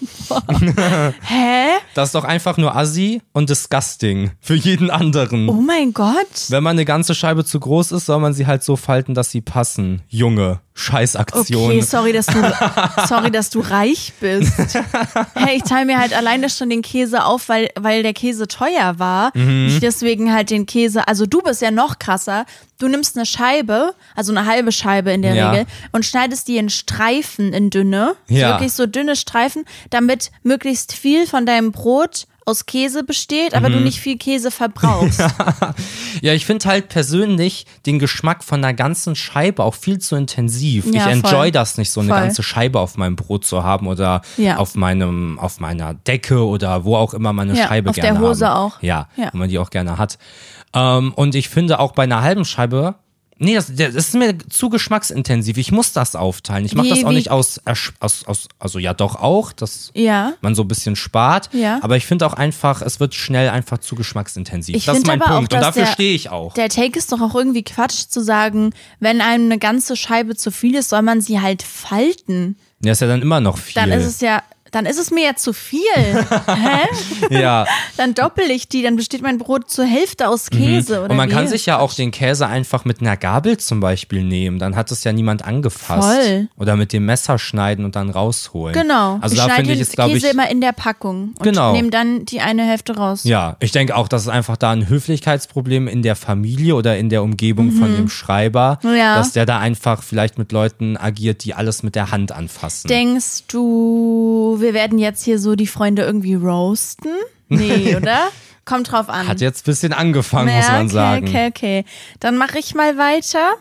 Hä? Das ist doch einfach nur assi und disgusting für jeden anderen. Oh mein Gott. Wenn man eine ganze Scheibe zu groß ist, soll man sie halt so falten, dass sie passen. Junge, Scheißaktion. Okay, sorry, dass du, sorry, dass du reich bist. Hey, ich teile mir halt alleine schon den Käse auf, weil, weil der Käse teuer war. Mhm. Ich deswegen halt den Käse, also du bist ja noch krasser. Du nimmst eine Scheibe, also eine halbe Scheibe in der Ja. Regel, und schneidest die in Streifen, in dünne. Ja. Wirklich so dünne Streifen, damit möglichst viel von deinem Brot aus Käse besteht, aber Mhm. du nicht viel Käse verbrauchst. Ja, ich finde halt persönlich den Geschmack von einer ganzen Scheibe auch viel zu intensiv. Ja, ich enjoy voll. das nicht, so eine Voll. ganze Scheibe auf meinem Brot zu haben oder Ja. auf meinem, auf meiner Decke oder wo auch immer man eine Ja, Scheibe auf gerne der Hose haben. auch. Ja, Ja. wo man die auch gerne hat. Ähm, und ich finde auch bei einer halben Scheibe, nee, das, das ist mir zu geschmacksintensiv. Ich muss das aufteilen. Ich mache Wie- das auch wie- nicht aus, aus, aus, also ja doch auch, dass Ja. man so ein bisschen spart. Ja. Aber ich finde auch einfach, es wird schnell einfach zu geschmacksintensiv. Ich das ist find mein aber auch, Punkt. Und dass dafür der- stehe ich auch. Der Take ist doch auch irgendwie Quatsch zu sagen, wenn einem eine ganze Scheibe zu viel ist, soll man sie halt falten. Ja, ist ja dann immer noch viel. Dann ist es ja, dann ist es mir ja zu viel. Hä? ja. Dann doppel ich die, dann besteht mein Brot zur Hälfte aus Käse. Oder Und man wie? kann sich ja auch den Käse einfach mit einer Gabel zum Beispiel nehmen. Dann hat es ja niemand angefasst. Voll. Oder mit dem Messer schneiden und dann rausholen. Genau. Also ich da schneide finde ich den es, glaube Käse ich. immer in der Packung und Genau. nehme dann die eine Hälfte raus. Ja, ich denke auch, dass es einfach da ein Höflichkeitsproblem in der Familie oder in der Umgebung von dem Schreiber, Ja. dass der da einfach vielleicht mit Leuten agiert, die alles mit der Hand anfassen. Denkst du, wir werden jetzt hier so die Freunde irgendwie roasten? Nee, oder? Kommt drauf an. Hat jetzt ein bisschen angefangen, Ja, muss man okay, sagen. Okay, okay. Dann mache ich mal weiter.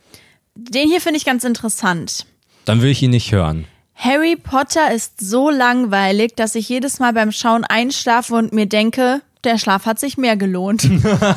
Den hier finde ich ganz interessant. Dann will ich ihn nicht hören. Harry Potter ist so langweilig, dass ich jedes Mal beim Schauen einschlafe und mir denke, der Schlaf hat sich mehr gelohnt.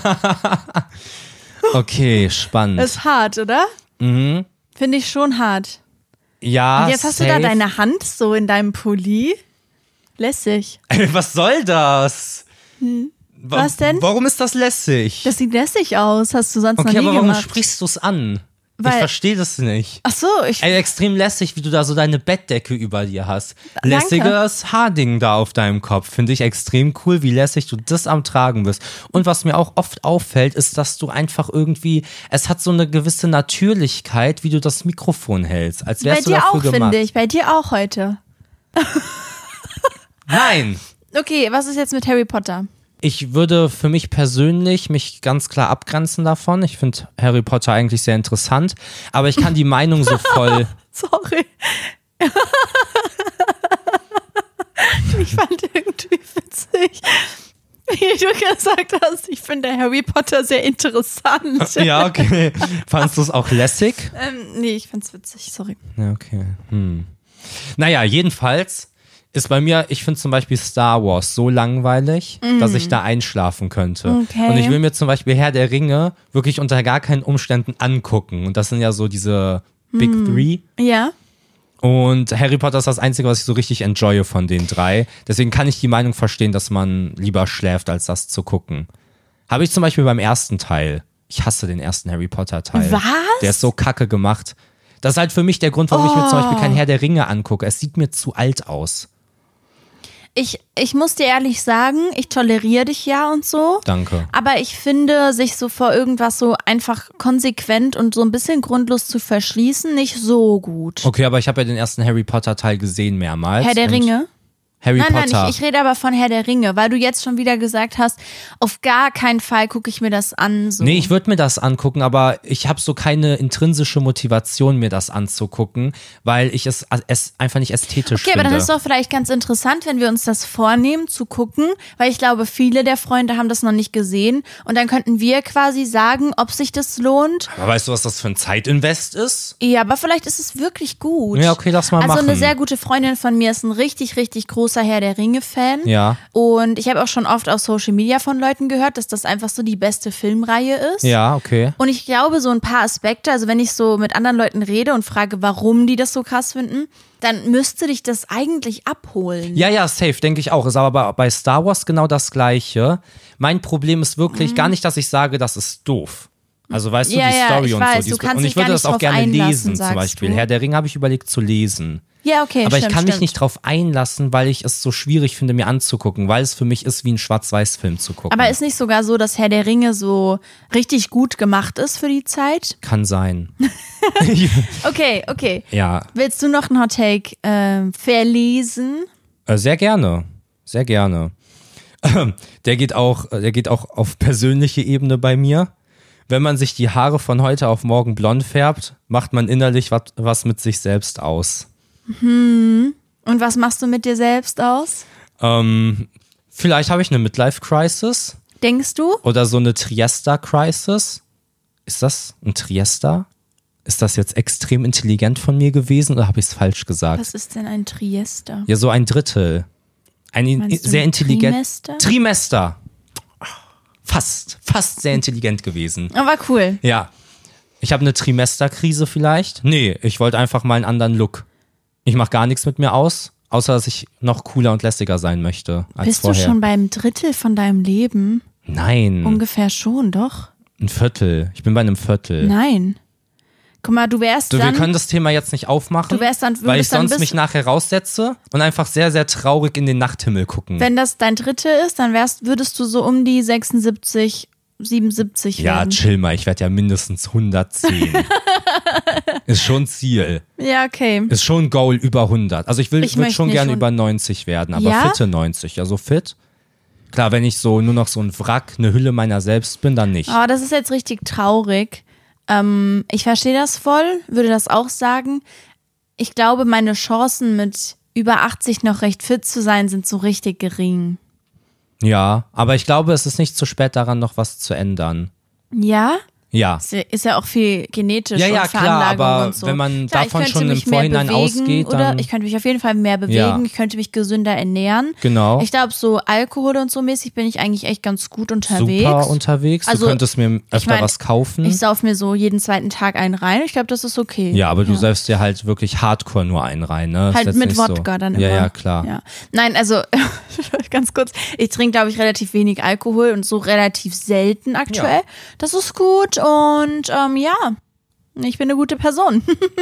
Okay, spannend. Ist hart, oder? Mhm. Finde ich schon hart. Ja, Und jetzt hast safe. du da deine Hand so in deinem Pulli. Lässig. Ey, was soll das? Hm. Was denn? Warum ist das lässig? Das sieht lässig aus. Hast du sonst okay, noch nie aber warum gemacht. sprichst du es an? Weil- ich verstehe das nicht. Ach so, ich. Ey, extrem lässig, wie du da so deine Bettdecke über dir hast. Danke. Lässiges Haarding da auf deinem Kopf. Finde ich extrem cool, wie lässig du das am Tragen bist. Und was mir auch oft auffällt, ist, dass du einfach irgendwie, es hat so eine gewisse Natürlichkeit, wie du das Mikrofon hältst. Als Bei wärst du dir dafür auch, gemacht. finde ich. Bei dir auch heute. Nein. Okay, was ist jetzt mit Harry Potter? Ich würde für mich persönlich mich ganz klar abgrenzen davon. Ich finde Harry Potter eigentlich sehr interessant, aber ich kann die Meinung so voll. Sorry. Ich fand irgendwie witzig, wie du gesagt hast, ich finde Harry Potter sehr interessant. Ja, okay. Fandst du es auch lässig? Ähm, nee, ich fand's witzig, sorry. Ja, okay. Hm. Naja, jedenfalls ist bei mir, ich finde zum Beispiel Star Wars so langweilig, mm. dass ich da einschlafen könnte. Okay. Und ich will mir zum Beispiel Herr der Ringe wirklich unter gar keinen Umständen angucken. Und das sind ja so diese Big mm. Three. Ja. Und Harry Potter ist das Einzige, was ich so richtig enjoye von den drei. Deswegen kann ich die Meinung verstehen, dass man lieber schläft, als das zu gucken. Habe ich zum Beispiel beim ersten Teil. Ich hasse den ersten Harry Potter Teil. Was? Der ist so kacke gemacht. Das ist halt für mich der Grund, warum oh. ich mir zum Beispiel kein Herr der Ringe angucke. Es sieht mir zu alt aus. Ich, ich muss dir ehrlich sagen, ich toleriere dich ja und so. Danke. Aber ich finde, sich so vor irgendwas so einfach konsequent und so ein bisschen grundlos zu verschließen, nicht so gut. Okay, aber ich habe ja den ersten Harry Potter Teil gesehen mehrmals. Herr der Ringe? Harry nein, Potter. Nein, ich, ich rede aber von Herr der Ringe, weil du jetzt schon wieder gesagt hast, auf gar keinen Fall gucke ich mir das an. So. Nee, ich würde mir das angucken, aber ich habe so keine intrinsische Motivation, mir das anzugucken, weil ich es, es einfach nicht ästhetisch okay, finde. Okay, aber dann ist doch vielleicht ganz interessant, wenn wir uns das vornehmen, zu gucken, weil ich glaube, viele der Freunde haben das noch nicht gesehen und dann könnten wir quasi sagen, ob sich das lohnt. Aber weißt du, was das für ein Zeitinvest ist? Ja, aber vielleicht ist es wirklich gut. Ja, okay, lass mal also machen. Also eine sehr gute Freundin von mir ist ein richtig, richtig großer großer Herr der Ringe-Fan. Ja. Und ich habe auch schon oft auf Social Media von Leuten gehört, dass das einfach so die beste Filmreihe ist. Ja, okay. Und ich glaube, so ein paar Aspekte, also wenn ich so mit anderen Leuten rede und frage, warum die das so krass finden, dann müsste dich das eigentlich abholen. Ja, ja, safe, denke ich auch. Ist aber bei Star Wars genau das Gleiche. Mein Problem ist wirklich mhm. gar nicht, dass ich sage, das ist doof. Also weißt du, ja, die ja, Story ich und weiß, so. du kannst und ich dich würde gar das nicht auch gerne einlassen, lesen zum Beispiel. du? Herr der Ringe habe ich überlegt zu lesen. Ja, okay, Aber stimmt, ich kann mich stimmt. nicht drauf einlassen, weil ich es so schwierig finde, mir anzugucken, weil es für mich ist, wie ein Schwarz-Weiß-Film zu gucken. Aber ist nicht sogar so, dass Herr der Ringe so richtig gut gemacht ist für die Zeit? Kann sein. Okay, okay. Ja. Willst du noch einen Hot Take äh, verlesen? Äh, sehr gerne. Sehr gerne. Der geht auch, der geht auch auf persönliche Ebene bei mir. Wenn man sich die Haare von heute auf morgen blond färbt, macht man innerlich wat, was mit sich selbst aus. Hm. Und was machst du mit dir selbst aus? Ähm, vielleicht habe ich eine Midlife-Crisis. Denkst du? Oder so eine Triester-Crisis. Ist das ein Triester? Ist das jetzt extrem intelligent von mir gewesen oder habe ich es falsch gesagt? Was ist denn ein Triester? Ja, so ein Drittel. Ein Meinst du sehr ein intelligent. Trimester? Trimester. Fast, fast sehr intelligent gewesen. Aber cool. Ja. Ich habe eine Trimesterkrise vielleicht. Nee, ich wollte einfach mal einen anderen Look. Ich mache gar nichts mit mir aus, außer dass ich noch cooler und lässiger sein möchte als Bist vorher. du schon beim Drittel von deinem Leben? Nein. Ungefähr schon, doch. Ein Viertel. Ich bin bei einem Viertel. Nein. Guck mal, du wärst Du, dann... wir können das Thema jetzt nicht aufmachen, Du wärst dann, weil ich würdest dann sonst bis- mich nachher raussetze und einfach sehr, sehr traurig in den Nachthimmel gucken. Wenn das dein Drittel ist, dann wärst, würdest du so um die sechsundsiebzig, siebenundsiebzig Ja, werden. chill mal, ich werde ja mindestens hundertzehn. Ist schon Ziel. Ja, okay. Ist schon ein Goal über hundert. Also ich will Ich würde möchte schon nicht gerne schon- über neunzig werden, aber Ja? fitte neunzig. Ja, so fit. Klar, wenn ich so nur noch so ein Wrack, eine Hülle meiner selbst bin, dann nicht. Aber das ist jetzt richtig traurig. Ähm, ich verstehe das voll, würde das auch sagen. Ich glaube, meine Chancen mit über achtzig noch recht fit zu sein, sind so richtig gering. Ja, aber ich glaube, es ist nicht zu spät daran, noch was zu ändern. Ja? Ja. Ist ja- Ist ja auch viel genetisch Ja, ja, und klar, Veranlagung aber und so. wenn man Klar, ich davon könnte schon im mich mehr Vorhinein bewegen ausgeht, oder dann- ich könnte mich auf jeden Fall mehr bewegen, Ja. ich könnte mich gesünder ernähren. Genau. Ich glaube, so Alkohol und so mäßig bin ich eigentlich echt ganz gut unterwegs. Super unterwegs. Also, du könntest mir öfter mein, was kaufen. Ich sauf mir so jeden zweiten Tag einen rein. Ich glaube, das ist okay. Ja, aber du säufst dir halt wirklich hardcore nur einen rein, ne? Ist Halt jetzt mit nicht Wodka so. dann immer. Ja, ja, klar. Ja. Nein, also ganz kurz, ich trinke, glaube ich, relativ wenig Alkohol und so relativ selten aktuell. Ja. Das ist gut und ähm, ja, ich bin eine gute Person.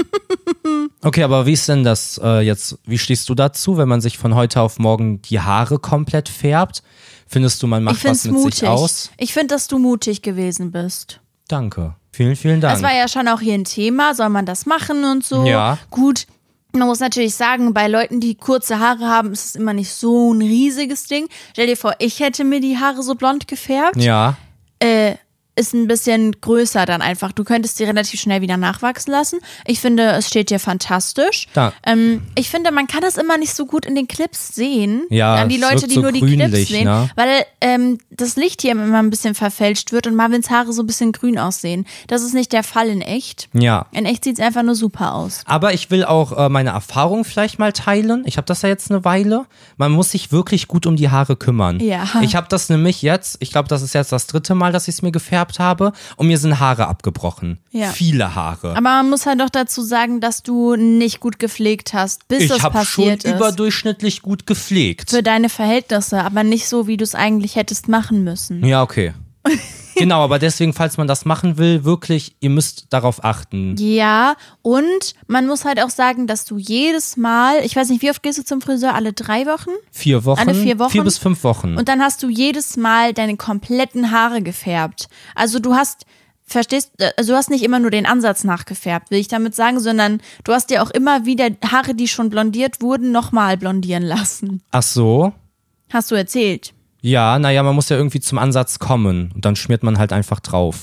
Okay, aber wie ist denn das äh, jetzt, wie stehst du dazu, wenn man sich von heute auf morgen die Haare komplett färbt? Findest du, man Ich macht finde was es mit mutig. sich aus? Ich finde, dass du mutig gewesen bist. Danke. Vielen, vielen Dank. Das war ja schon auch hier ein Thema, soll man das machen und so. Ja. Gut, man muss natürlich sagen, bei Leuten, die kurze Haare haben, ist es immer nicht so ein riesiges Ding. Stell dir vor, ich hätte mir die Haare so blond gefärbt. Ja, Äh, ist ein bisschen größer dann einfach. Du könntest die relativ schnell wieder nachwachsen lassen. Ich finde, es steht dir fantastisch. Da. Ähm, ich finde, man kann das immer nicht so gut in den Clips sehen. Ja, An die es Leute, wirkt die so nur die Clips grünlich, sehen. ne? Weil ähm, das Licht hier immer ein bisschen verfälscht wird und Marvins Haare so ein bisschen grün aussehen. Das ist nicht der Fall in echt. ja. In echt sieht es einfach nur super aus. Aber ich will auch äh, meine Erfahrung vielleicht mal teilen. Ich habe das ja jetzt eine Weile. Man muss sich wirklich gut um die Haare kümmern. Ja. Ich habe das nämlich jetzt, ich glaube, das ist jetzt das dritte Mal, dass ich es mir gefärbt habe. Und mir sind Haare abgebrochen. Ja. Viele Haare. Aber man muss halt doch dazu sagen, dass du nicht gut gepflegt hast, bis ich das habe schon passiert ist. überdurchschnittlich gut gepflegt. Für deine Verhältnisse, aber nicht so, wie du es eigentlich hättest machen müssen. Ja, okay. Genau, aber deswegen, falls man das machen will, wirklich, ihr müsst darauf achten. Ja, und man muss halt auch sagen, dass du jedes Mal, ich weiß nicht, wie oft gehst du zum Friseur? Alle drei Wochen? Vier Wochen? Alle vier Wochen? Vier bis fünf Wochen. Und dann hast du jedes Mal deine kompletten Haare gefärbt. Also du hast, verstehst, also du hast nicht immer nur den Ansatz nachgefärbt, will ich damit sagen, sondern du hast dir auch immer wieder Haare, die schon blondiert wurden, nochmal blondieren lassen. Ach so? Hast du erzählt? Ja, naja, man muss ja irgendwie zum Ansatz kommen und dann schmiert man halt einfach drauf.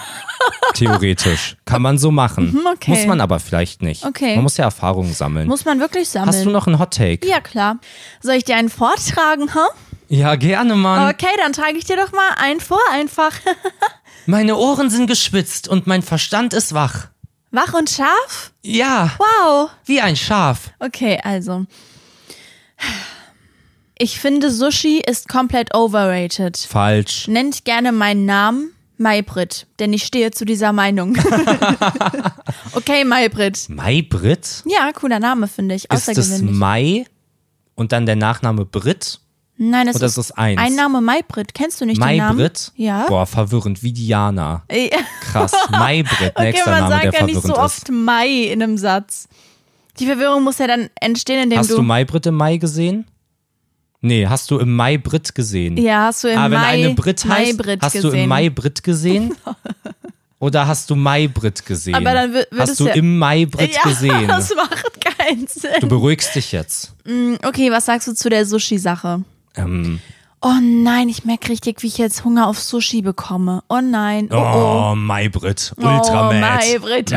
Theoretisch. Kann man so machen. okay. Muss man aber vielleicht nicht. Okay. Man muss ja Erfahrungen sammeln. Muss man wirklich sammeln. Hast du noch einen Hottake? Ja, klar. Soll ich dir einen vortragen, ha? Ja, gerne, Mann. Okay, dann trage ich dir doch mal einen vor, einfach. Meine Ohren sind gespitzt und mein Verstand ist wach. Wach und scharf? Ja, Wow. wie ein Schaf. Okay, also. Ich finde, Sushi ist komplett overrated. Falsch. Nennt gerne meinen Namen Maybrit, denn ich stehe zu dieser Meinung. Okay, Maybrit. Maybrit? Ja, cooler Name, finde ich. Ist das Mai und dann der Nachname Brit? Nein, es Oder ist ist es eins? ein Name Maybrit. Kennst du nicht den Namen? Maybrit? Ja. Boah, verwirrend, wie Diana. Ja. Krass, Maybrit, Okay, nächster man Name, sagt der ja verwirrend nicht so ist. oft Mai in einem Satz. Die Verwirrung muss ja dann entstehen, indem Hast du... du Maybrit im Mai gesehen? Nee, hast du im Mai Brit gesehen? Ja, hast du im ah, wenn Mai eine Brit heißt, Maybrit hast gesehen. du im Mai Brit gesehen? Oder hast du Maybrit gesehen? Aber dann wür- würdest hast du ja- im Mai Brit Ja, gesehen? das macht keinen Sinn. Du beruhigst dich jetzt. Okay, was sagst du zu der Sushi-Sache? Ähm, Oh nein, ich merke richtig, wie ich jetzt Hunger auf Sushi bekomme. Oh nein. Oh, oh. oh, Maybrit, Oh, Ultramad. Maybrit.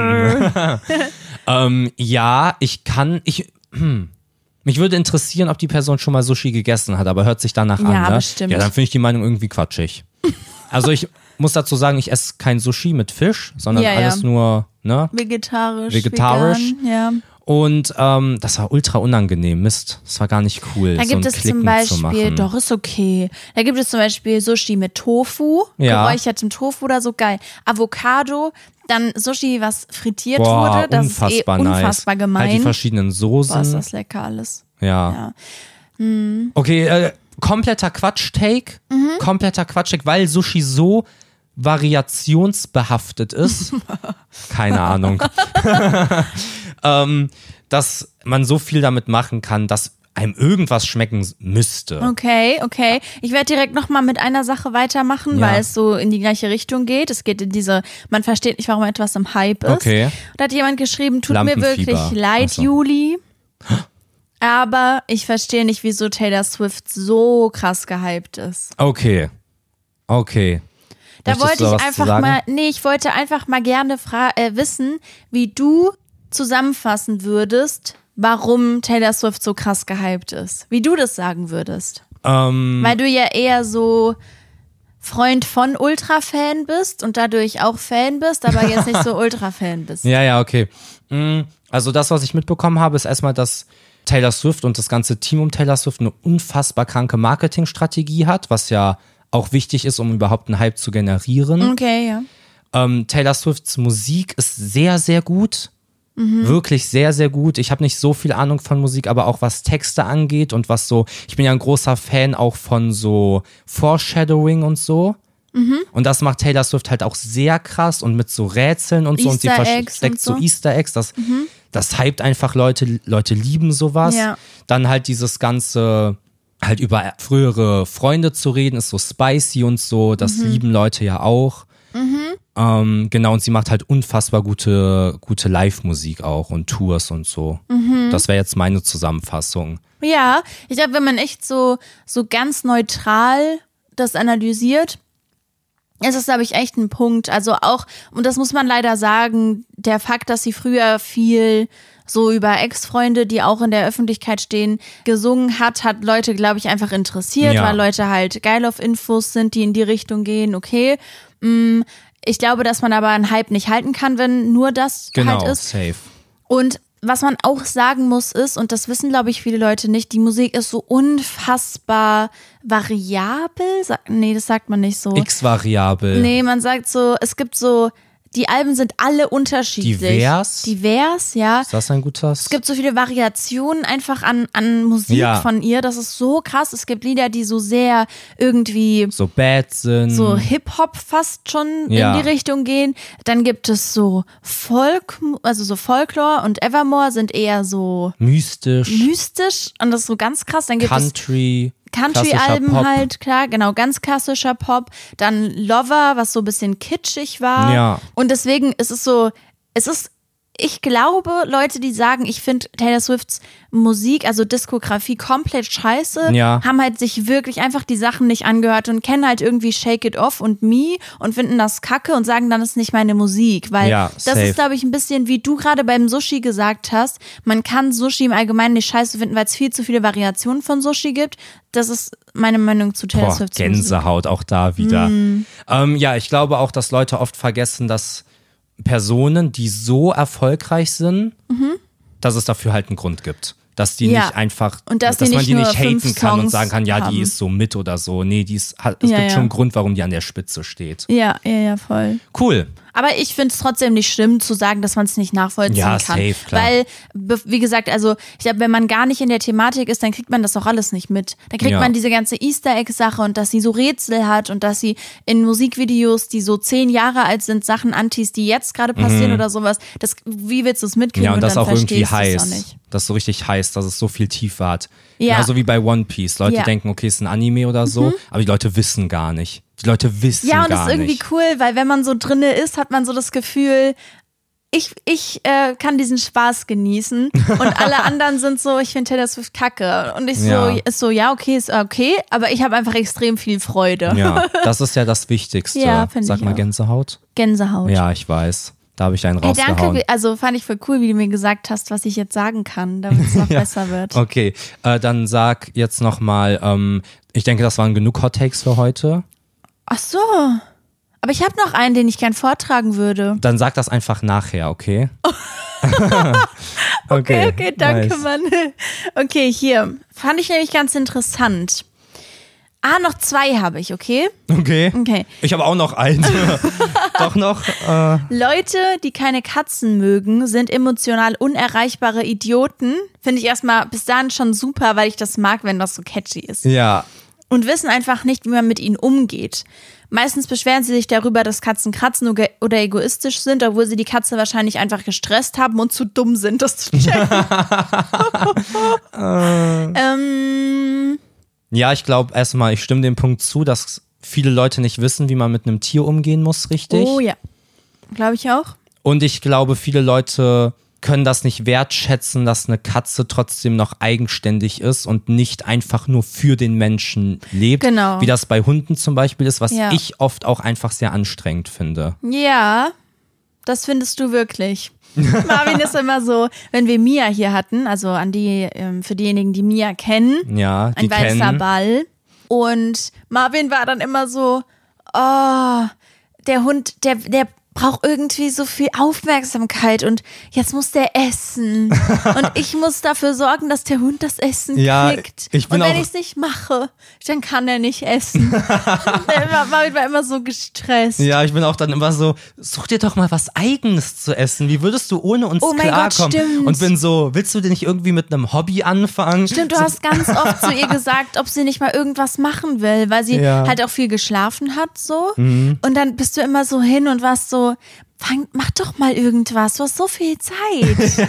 Ähm, ja, ich kann, ich, hm. Mich würde interessieren, ob die Person schon mal Sushi gegessen hat, aber hört sich danach Ja, an, ne? bestimmt. Ja, dann finde ich die Meinung irgendwie quatschig. Also ich muss dazu sagen, ich esse kein Sushi mit Fisch, sondern Ja, ja. alles nur, ne? Vegetarisch. Vegetarisch. Vegan, ja. Und ähm, das war ultra unangenehm. Mist, das war gar nicht cool. Da so gibt ein es Klicken zum Beispiel, zu machen. doch, ist okay. Da gibt es zum Beispiel Sushi mit Tofu, Ja. geräuchertem Tofu oder so, geil. Avocado, dann Sushi, was frittiert Boah, wurde, das unfassbar ist eh nice. unfassbar Halt die gemein. verschiedenen Soßen. Boah, ist das lecker alles. Ja. Ja. Okay, äh, kompletter Quatsch-Take. Mhm. Kompletter Quatsch-Take, weil Sushi so variationsbehaftet ist. Keine Ahnung. ähm, dass man so viel damit machen kann, dass einem irgendwas schmecken müsste. Okay, okay. Ich werde direkt nochmal mit einer Sache weitermachen, Ja. weil es so in die gleiche Richtung geht. Es geht in diese, man versteht nicht, warum etwas im Hype ist. Okay. Da hat jemand geschrieben, tut mir Lampenfieber. wirklich leid, Ach so. Juli. Aber ich verstehe nicht, wieso Taylor Swift so krass gehypt ist. Okay. Okay. Da Möchtest wollte du ich was zu einfach sagen? mal, nee, ich wollte einfach mal gerne fra- äh, wissen, wie du zusammenfassen würdest, warum Taylor Swift so krass gehypt ist. Wie du das sagen würdest. Ähm, Weil du ja eher so Freund von Ultra-Fan bist und dadurch auch Fan bist, aber jetzt nicht so Ultra-Fan bist. Ja, ja, okay. Mm, Also das, was ich mitbekommen habe, ist erstmal, dass Taylor Swift und das ganze Team um Taylor Swift eine unfassbar kranke Marketingstrategie hat, was ja auch wichtig ist, um überhaupt einen Hype zu generieren. Okay, ja. Ähm, Taylor Swifts Musik ist sehr, sehr gut. Wirklich sehr, sehr gut. Ich habe nicht so viel Ahnung von Musik, aber auch was Texte angeht und was so, ich bin ja ein großer Fan auch von so Foreshadowing und so. Und das macht Taylor Swift halt auch sehr krass und mit so Rätseln und so. Und sie Easter Eggs versteckt und so. so Easter Eggs. Das, das hypt einfach Leute. Leute lieben sowas. Ja. Dann halt dieses ganze, halt über frühere Freunde zu reden, ist so spicy und so. Das lieben Leute ja auch. Ähm, genau, und sie macht halt unfassbar gute, gute Live-Musik auch und Tours und so. Das wäre jetzt meine Zusammenfassung. Ja, ich glaube, wenn man echt so, so ganz neutral das analysiert, ist es, glaube ich, echt ein Punkt. Also auch, und das muss man leider sagen, der Fakt, dass sie früher viel so über Ex-Freunde, die auch in der Öffentlichkeit stehen, gesungen hat, hat Leute, glaube ich, einfach interessiert, Ja. weil Leute halt geil auf Infos sind, die in die Richtung gehen, okay. Mm, Ich glaube, dass man aber einen Hype nicht halten kann, wenn nur das Genau, halt ist. safe. Und was man auch sagen muss ist, und das wissen, glaube ich, viele Leute nicht, die Musik ist so unfassbar variabel. Sag, nee, das sagt man nicht so. X-Variabel. Nee, man sagt so, es gibt so, die Alben sind alle unterschiedlich. Divers? Divers, ja. Ist das ein guter? Es gibt so viele Variationen einfach an, an Musik Ja. von ihr. Das ist so krass. Es gibt Lieder, die so sehr irgendwie so bad sind. so Hip-Hop fast schon Ja. in die Richtung gehen. Dann gibt es so Folk, also so Folklore und Evermore sind eher so mystisch. mystisch und das ist so ganz krass. Dann gibt Country. es Country-Alben klassischer Pop. halt, klar, genau, ganz klassischer Pop. Dann Lover, was so ein bisschen kitschig war. Ja. Und deswegen ist es so, es ist, ich glaube, Leute, die sagen, ich finde Taylor Swifts Musik, also Diskografie komplett scheiße, Ja. haben halt sich wirklich einfach die Sachen nicht angehört und kennen halt irgendwie Shake It Off und Me und finden das kacke und sagen, dann ist nicht meine Musik. Weil Ja, das safe. ist, glaube ich, ein bisschen, wie du gerade beim Sushi gesagt hast, man kann Sushi im Allgemeinen nicht scheiße finden, weil es viel zu viele Variationen von Sushi gibt. Das ist meine Meinung zu Taylor Boah, Swifts Musik. Gänsehaut auch da wieder. Mm. Ähm, ja, ich glaube auch, dass Leute oft vergessen, dass Personen, die so erfolgreich sind, Mhm. dass es dafür halt einen Grund gibt. Dass die Ja. nicht einfach, Und dass dass die man nicht die nur nicht haten fünf kann und Songs sagen kann, ja, haben. die ist so mit oder so. Nee, die ist, es Ja, gibt ja. schon einen Grund, warum die an der Spitze steht. Ja, ja, ja, voll. Cool. Aber ich finde es trotzdem nicht schlimm zu sagen, dass man es nicht nachvollziehen Ja, kann. safe, klar. Weil, be- wie gesagt, also ich glaube, wenn man gar nicht in der Thematik ist, dann kriegt man das auch alles nicht mit. Dann kriegt Ja. man diese ganze Easter Egg-Sache und dass sie so Rätsel hat und dass sie in Musikvideos, die so zehn Jahre alt sind, Sachen antis, die jetzt gerade passieren oder sowas. Das, wie willst du es mitkriegen? Ja, und das dann auch irgendwie verstehst du's auch heiß. nicht. Das ist so richtig heiß, dass es so viel Tiefe hat. Ja. Genauso wie bei One Piece. Leute Ja. denken, okay, es ist ein Anime oder so, aber die Leute wissen gar nicht. Die Leute wissen Ja, und gar das ist irgendwie nicht. cool, weil wenn man so drinne ist, hat man so das Gefühl, ich, ich äh, kann diesen Spaß genießen und alle anderen sind so, ich finde Taylor Swift kacke. Und ich so, Ja. ist so, ja, okay, ist okay, aber ich habe einfach extrem viel Freude. Ja, das ist ja das Wichtigste. Ja, finde Sag ich mal auch. Gänsehaut. Gänsehaut. Ja, ich weiß. Da habe ich einen Hey, rausgehauen. danke, wie- also fand ich voll cool, wie du mir gesagt hast, was ich jetzt sagen kann, damit es noch Ja. besser wird. Okay, äh, dann sag jetzt nochmal, ähm, ich denke, das waren genug Hot Takes für heute. Ach so. Aber ich habe noch einen, den ich gern vortragen würde. Dann sag das einfach nachher, okay? Okay, okay, danke, nice. Mann. Okay, hier. Fand ich nämlich ganz interessant. Ah, noch zwei habe ich, okay? Okay. Okay. Ich habe auch noch eins. Doch noch. Äh, Leute, die keine Katzen mögen, sind emotional unerreichbare Idioten. Finde ich erstmal bis dahin schon super, weil ich das mag, wenn das so catchy ist. ja. Und wissen einfach nicht, wie man mit ihnen umgeht. Meistens beschweren sie sich darüber, dass Katzen kratzen oder oder egoistisch sind, obwohl sie die Katze wahrscheinlich einfach gestresst haben und zu dumm sind, das zu checken. ähm, Ja, ich glaube erstmal, ich stimme dem Punkt zu, dass viele Leute nicht wissen, wie man mit einem Tier umgehen muss, richtig? oh ja. Glaube ich auch. Und ich glaube, viele Leute können das nicht wertschätzen, dass eine Katze trotzdem noch eigenständig ist und nicht einfach nur für den Menschen lebt. Genau. Wie das bei Hunden zum Beispiel ist, was Ja. ich oft auch einfach sehr anstrengend finde. Ja, das findest du wirklich. Marvin ist immer so, wenn wir Mia hier hatten, also an die, ähm, für diejenigen, die Mia kennen, Ja, die ein weißer kennen. Ball. Und Marvin war dann immer so, oh, der Hund, der, der braucht irgendwie so viel Aufmerksamkeit und jetzt muss der essen. Und ich muss dafür sorgen, dass der Hund das Essen Ja, kriegt. ich bin und wenn auch- ich es nicht mache, dann kann er nicht essen. der war, Marvin war immer so gestresst. Ja, ich bin auch dann immer so, such dir doch mal was Eigenes zu essen. Wie würdest du ohne uns Oh mein Gott, klarkommen? stimmt. Und bin so, willst du denn nicht irgendwie mit einem Hobby anfangen? Stimmt, du hast ganz oft zu ihr gesagt, ob sie nicht mal irgendwas machen will, weil sie Ja. halt auch viel geschlafen hat so. Und dann bist du immer so hin und warst so, fang, mach doch mal irgendwas, du hast so viel Zeit.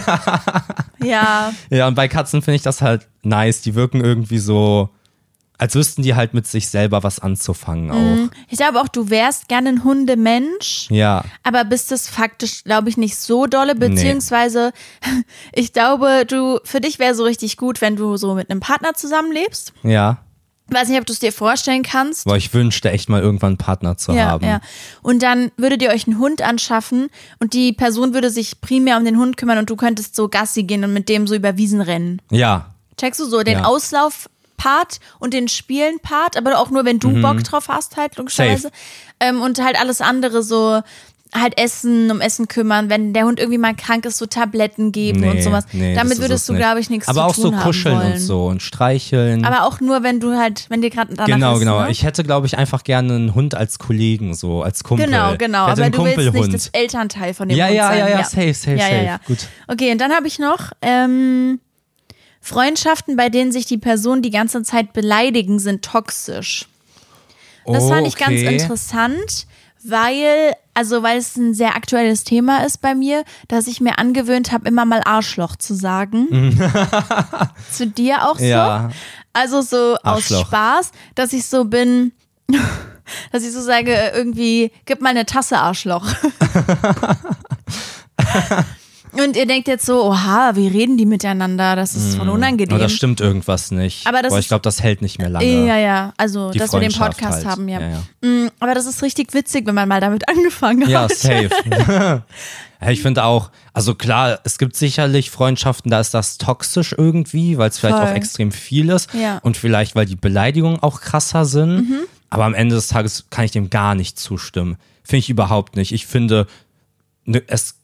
Ja, Ja, und bei Katzen finde ich das halt nice. Die wirken irgendwie so, als wüssten die halt mit sich selber was anzufangen auch. ich glaube auch, du wärst gerne ein Hundemensch. Ja, Aber bist es faktisch, glaube ich, nicht so dolle, beziehungsweise ich glaube, du, für dich wäre so richtig gut, wenn du so mit einem Partner zusammenlebst. ja. Weiß nicht, ob du es dir vorstellen kannst. Boah, ich wünschte echt mal irgendwann einen Partner zu Ja, haben. ja. Und dann würdet ihr euch einen Hund anschaffen und die Person würde sich primär um den Hund kümmern und du könntest so Gassi gehen und mit dem so über Wiesen rennen. Ja, Checkst du so den Ja. Auslauf-Part und den Spielen-Part, aber auch nur, wenn du Bock drauf hast, halt logischerweise. Ähm, und halt alles andere so halt Essen, um Essen kümmern, wenn der Hund irgendwie mal krank ist, so Tabletten geben nee, und sowas. nee, Damit das ist würdest es du, nicht. glaube ich, nichts Aber zu auch tun so haben kuscheln wollen. und so und streicheln. Aber auch nur, wenn du halt, wenn dir gerade danach genau, ist. genau. Ne? Ich hätte, glaube ich, einfach gerne einen Hund als Kollegen, so als Kumpel. Genau, genau. Ich hätte Aber einen du willst nicht Kumpelhund. das Elternteil von dem Ja, Hund ja, sein. ja, ja, safe, safe, ja, safe. Ja, ja. Gut. Okay, und dann habe ich noch ähm, Freundschaften, bei denen sich die Personen die ganze Zeit beleidigen, sind toxisch. Das Oh, fand ich ganz okay. interessant, weil, also weil es ein sehr aktuelles Thema ist bei mir, dass ich mir angewöhnt habe, immer mal Arschloch zu sagen. Zu dir auch so? Ja. Also so aus Arschloch. Spaß, dass ich so bin, dass ich so sage, irgendwie, gib mal eine Tasse Arschloch. Und ihr denkt jetzt so, oha, wie reden die miteinander? Das ist voll unangenehm. Aber da stimmt irgendwas nicht. Aber das Boah, ich ist- glaube, das hält nicht mehr lange. Ja, ja, also, Die dass wir den Freundschaft Podcast halt. haben, ja. Ja, ja. Mm, Aber das ist richtig witzig, wenn man mal damit angefangen Ja, hat. safe. Ja, ich finde auch, also klar, es gibt sicherlich Freundschaften, da ist das toxisch irgendwie, weil es vielleicht Voll. auch extrem viel ist Ja. und vielleicht, weil die Beleidigungen auch krasser sind. Aber am Ende des Tages kann ich dem gar nicht zustimmen. Finde ich überhaupt nicht. Ich finde, ne, es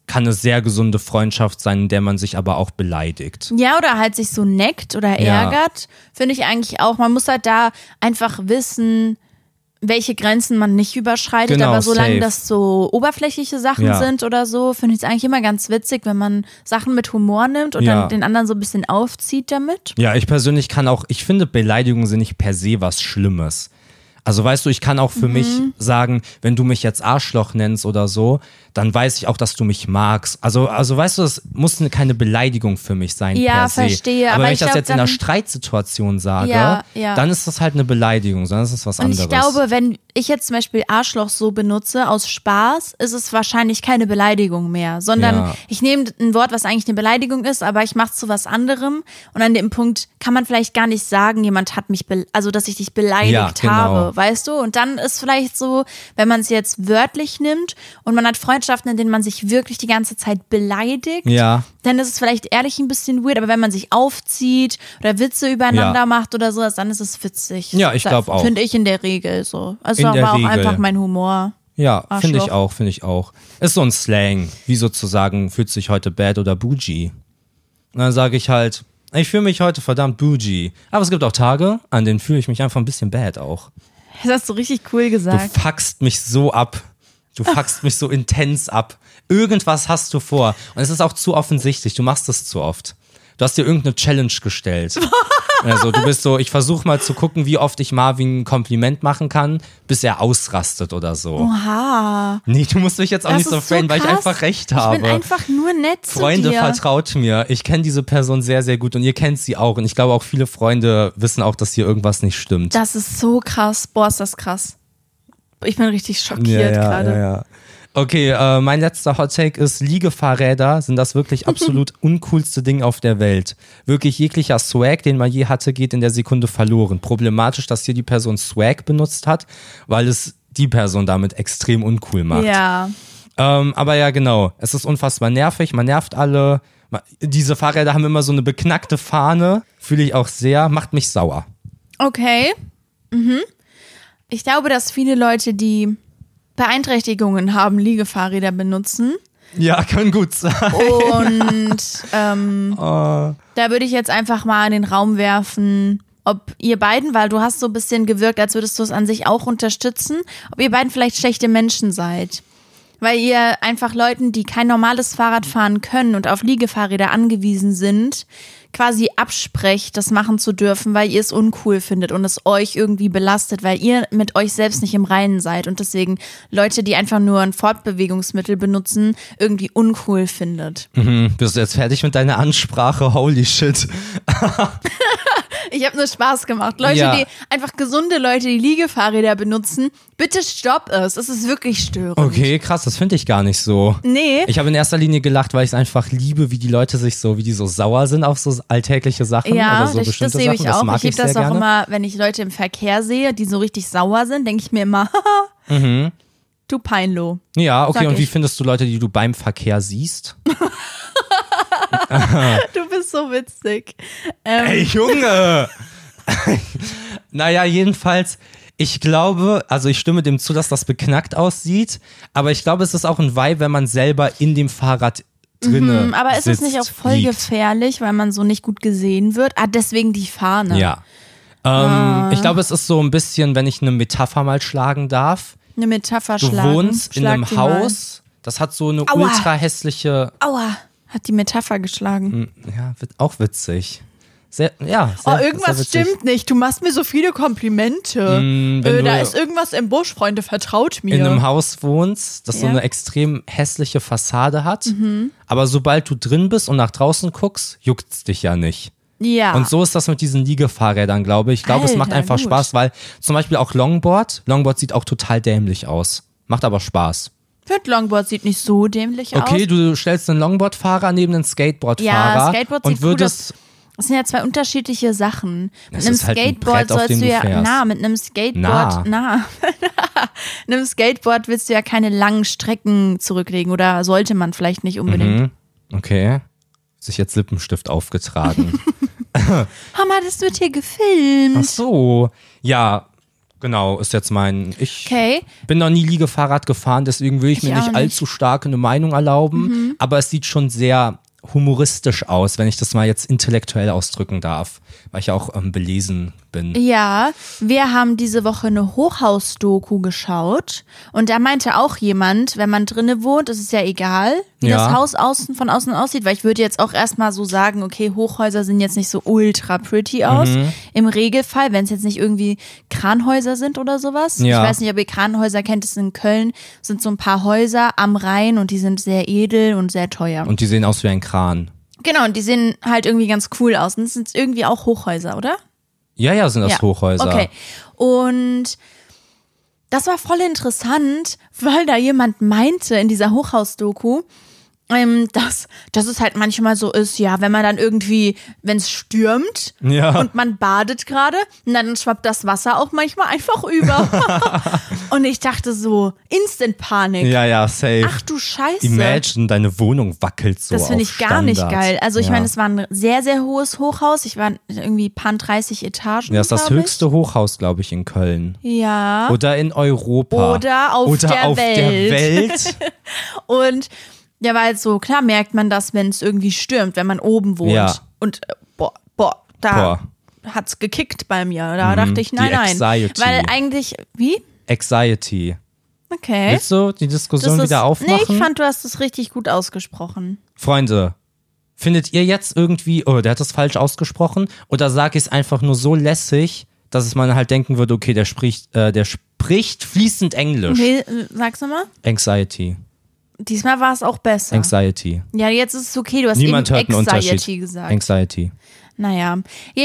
kann eine sehr gesunde Freundschaft sein, in der man sich aber auch beleidigt. Ja, oder halt sich so neckt oder Ja. ärgert, finde ich eigentlich auch. Man muss halt da einfach wissen, welche Grenzen man nicht überschreitet, Genau, aber solange safe. das so oberflächliche Sachen Ja. sind oder so, finde ich es eigentlich immer ganz witzig, wenn man Sachen mit Humor nimmt und Ja. dann den anderen so ein bisschen aufzieht damit. Ja, ich persönlich kann auch, ich finde Beleidigungen sind nicht per se was Schlimmes. Also weißt du, ich kann auch für Mhm. mich sagen, wenn du mich jetzt Arschloch nennst oder so, dann weiß ich auch, dass du mich magst. Also, also weißt du, es muss ne- keine Beleidigung für mich sein Ja, per se. verstehe, Aber aber wenn ich ich das glaub, jetzt in einer dann- Streitsituation sage, Ja, ja. dann ist das halt eine Beleidigung, sondern das ist was Und anderes. ich glaube, wenn ich jetzt zum Beispiel Arschloch so benutze aus Spaß, ist es wahrscheinlich keine Beleidigung mehr, sondern Ja. ich nehme ein Wort, was eigentlich eine Beleidigung ist, aber ich mache es zu was anderem und an dem Punkt kann man vielleicht gar nicht sagen, jemand hat mich, be- also dass ich dich beleidigt Ja, genau. habe, weißt du? Und dann ist vielleicht so, wenn man es jetzt wörtlich nimmt und man hat Freundschaften, in denen man sich wirklich die ganze Zeit beleidigt, Ja. dann ist es vielleicht ehrlich ein bisschen weird, aber wenn man sich aufzieht oder Witze übereinander Ja. macht oder sowas, dann ist es witzig. Ja, ich glaub auch. Finde ich in der Regel so. Also In der aber auch Regel. einfach mein Humor. Ja, finde ich Arschloch. auch, finde ich auch. Ist so ein Slang, wie sozusagen, fühlt sich heute bad oder bougie. Und dann sage ich halt, ich fühle mich heute verdammt bougie. Aber es gibt auch Tage, an denen fühle ich mich einfach ein bisschen bad auch. Das hast du richtig cool Du gesagt. fuckst mich so ab. Du fuckst mich so intens ab. Irgendwas hast du vor. Und es ist auch zu offensichtlich. Du machst es zu oft. Du hast dir irgendeine Challenge gestellt. Also du bist so, ich versuche mal zu gucken, wie oft ich Marvin ein Kompliment machen kann, bis er ausrastet oder so. Oha. Nee, du musst mich jetzt auch Das nicht so ist so framen, weil ich krass. einfach recht Ich habe. bin einfach nur nett Freunde, zu dir. vertraut mir. Ich kenne diese Person sehr, sehr gut und ihr kennt sie auch. Und ich glaube auch viele Freunde wissen auch, dass hier irgendwas nicht stimmt. Das ist so krass. Boah, ist das krass. Ich bin richtig schockiert gerade. Ja, ja. Okay, äh, mein letzter Hot Take ist, Liegefahrräder sind das wirklich absolut uncoolste Ding auf der Welt. Wirklich jeglicher Swag, den man je hatte, geht in der Sekunde verloren. Problematisch, dass hier die Person Swag benutzt hat, weil es die Person damit extrem uncool macht. Ja. Ähm, aber ja, genau. Es ist unfassbar nervig. Man nervt alle. Ma- Diese Fahrräder haben immer so eine beknackte Fahne. Fühle ich auch sehr. Macht mich sauer. Okay. Mhm. Ich glaube, dass viele Leute, die Beeinträchtigungen haben, Liegefahrräder benutzen. Ja, kann gut sein. Und ähm, Oh. da würde ich jetzt einfach mal in den Raum werfen, ob ihr beiden, weil du hast so ein bisschen gewirkt, als würdest du es an sich auch unterstützen, ob ihr beiden vielleicht schlechte Menschen seid. Weil ihr einfach Leuten, die kein normales Fahrrad fahren können und auf Liegefahrräder angewiesen sind, quasi absprecht, das machen zu dürfen, weil ihr es uncool findet und es euch irgendwie belastet, weil ihr mit euch selbst nicht im Reinen seid und deswegen Leute, die einfach nur ein Fortbewegungsmittel benutzen, irgendwie uncool findet. Mhm. Bist du jetzt fertig mit deiner Ansprache? Holy shit. Ich habe nur Spaß gemacht. Leute, Ja. die einfach gesunde Leute, die Liegefahrräder benutzen, bitte stopp es. Es ist wirklich störend. Okay, krass, das finde ich gar nicht so. Nee. Ich habe in erster Linie gelacht, weil ich es einfach liebe, wie die Leute sich so, wie die so sauer sind auf so alltägliche Sachen Ja, oder so das, das bestimmte sehe Sachen. ich Das auch. mag Ich ich, hebe sehr das auch gerne. immer, wenn ich Leute im Verkehr sehe, die so richtig sauer sind, denke ich mir immer, Mhm. du Peinlo. Ja, okay, Sag und wie ich. findest du Leute, die du beim Verkehr siehst? Du bist so witzig. Ähm, Ey, Junge! Naja, jedenfalls, ich glaube, also ich stimme dem zu, dass das beknackt aussieht, aber ich glaube, es ist auch ein Vibe, wenn man selber in dem Fahrrad drinne Mhm, aber ist es sitzt, nicht auch voll liegt. gefährlich, weil man so nicht gut gesehen wird? Ah, deswegen die Fahne. Ja. Ähm, Ah. Ich glaube, es ist so ein bisschen, wenn ich eine Metapher mal schlagen darf. Eine Metapher Du schlagen. wohnst in Schlag einem die mal. Haus, das hat so eine Aua. ultra hässliche, Aua, hat die Metapher geschlagen. ja, wird auch witzig. Sehr, ja, Oh, sehr, sehr irgendwas witzig. stimmt nicht. Du machst mir so viele Komplimente. Mm, wenn äh, da du- ist irgendwas im Busch, Freunde, vertraut mir. In einem Haus wohnst, das so Ja. eine extrem hässliche Fassade hat, Mhm. aber sobald du drin bist und nach draußen guckst, juckt's dich ja nicht. Ja. Und so ist das mit diesen Liegefahrrädern, glaube ich. Ich glaube, es macht Alter, einfach gut. Spaß, weil zum Beispiel auch Longboard, Longboard sieht auch total dämlich aus. Macht aber Spaß. Für Longboard sieht nicht so dämlich Okay, aus. du stellst einen Longboardfahrer neben einen Skateboardfahrer Ja, Skateboard und sieht cool würdest, Das sind ja zwei unterschiedliche Sachen. Mit Es einem ist halt ein Skateboard Brett, auf sollst dem du du ja, fährst. na, mit einem Skateboard, na, mit einem Skateboard willst du ja keine langen Strecken zurücklegen oder sollte man vielleicht nicht unbedingt. Mhm. Okay, sich jetzt Lippenstift aufgetragen. Hammer, das wird hier gefilmt. Ach so, ja, Genau, ist jetzt mein, ich Okay. bin noch nie Liegefahrrad gefahren, deswegen will ich, Ich mir auch nicht nicht. allzu stark eine Meinung erlauben, mhm. aber es sieht schon sehr humoristisch aus, wenn ich das mal jetzt intellektuell ausdrücken darf, weil ich auch ähm, belesen bin. Ja, wir haben diese Woche eine Hochhaus-Doku geschaut und da meinte auch jemand, wenn man drinne wohnt, ist es ja egal, wie Ja. das Haus außen von außen aussieht, weil ich würde jetzt auch erstmal so sagen, okay, Hochhäuser sehen jetzt nicht so ultra pretty aus. Mhm. Im Regelfall, wenn es jetzt nicht irgendwie Kranhäuser sind oder sowas. Ja. Ich weiß nicht, ob ihr Kranhäuser kennt, es in Köln sind so ein paar Häuser am Rhein und die sind sehr edel und sehr teuer. Und die sehen aus wie ein Kran. Genau, und die sehen halt irgendwie ganz cool aus. Und das sind irgendwie auch Hochhäuser, oder? Ja, ja, sind das Ja. Hochhäuser. Okay. Und das war voll interessant, weil da jemand meinte in dieser Hochhaus-Doku, ähm, dass, dass es halt manchmal so ist, ja, wenn man dann irgendwie, wenn es stürmt Ja. und man badet gerade, und dann schwappt das Wasser auch manchmal einfach über. Und ich dachte so, Instant-Panik. Ja, ja, safe. Ach du Scheiße. Imagine, deine Wohnung wackelt so Das finde auf ich gar nicht Standard. geil. Also ich ja. meine, es war ein sehr, sehr hohes Hochhaus. Ich war irgendwie paar dreißig Etagen. Ja, das ist das glaub ich. höchste Hochhaus, glaube ich, in Köln. Ja. Oder in Europa. Oder auf Oder der auf Welt. der Welt. Und ja, weil so klar merkt man das, wenn es irgendwie stürmt, wenn man oben wohnt. Ja. Und äh, boah, boah, da Boah. hat's gekickt bei mir. Da dachte ich, nein, die nein. Anxiety. Weil eigentlich, wie? Anxiety. Okay. Willst du die Diskussion Das ist- wieder aufmachen? Nee, ich fand, du hast es richtig gut ausgesprochen. Freunde, findet ihr jetzt irgendwie, oh, der hat das falsch ausgesprochen? Oder sage ich es einfach nur so lässig, dass es man halt denken würde, okay, der spricht, äh, der spricht fließend Englisch. Okay, äh, sag's nochmal. Anxiety. Diesmal war es auch besser. Anxiety. Ja, jetzt ist es okay, du hast Niemand eben hört einen Anxiety Unterschied. gesagt. Anxiety. Naja,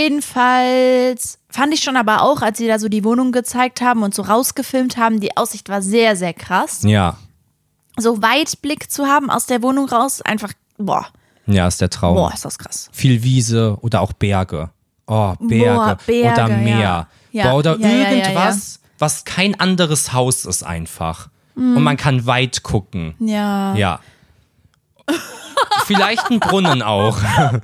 jedenfalls fand ich schon aber auch, als sie da so die Wohnung gezeigt haben und so rausgefilmt haben, die Aussicht war sehr, sehr krass. Ja. So Weitblick zu haben aus der Wohnung raus, einfach, boah, Ja, ist der Traum. boah, ist das krass. Viel Wiese oder auch Berge. Oh, Berge, Boah, Berge, oder Meer. ja. Ja, Boah, oder ja, ja, ja, irgendwas, was kein anderes Haus ist einfach. Und man kann weit gucken. Ja. Ja. Vielleicht ein Brunnen auch.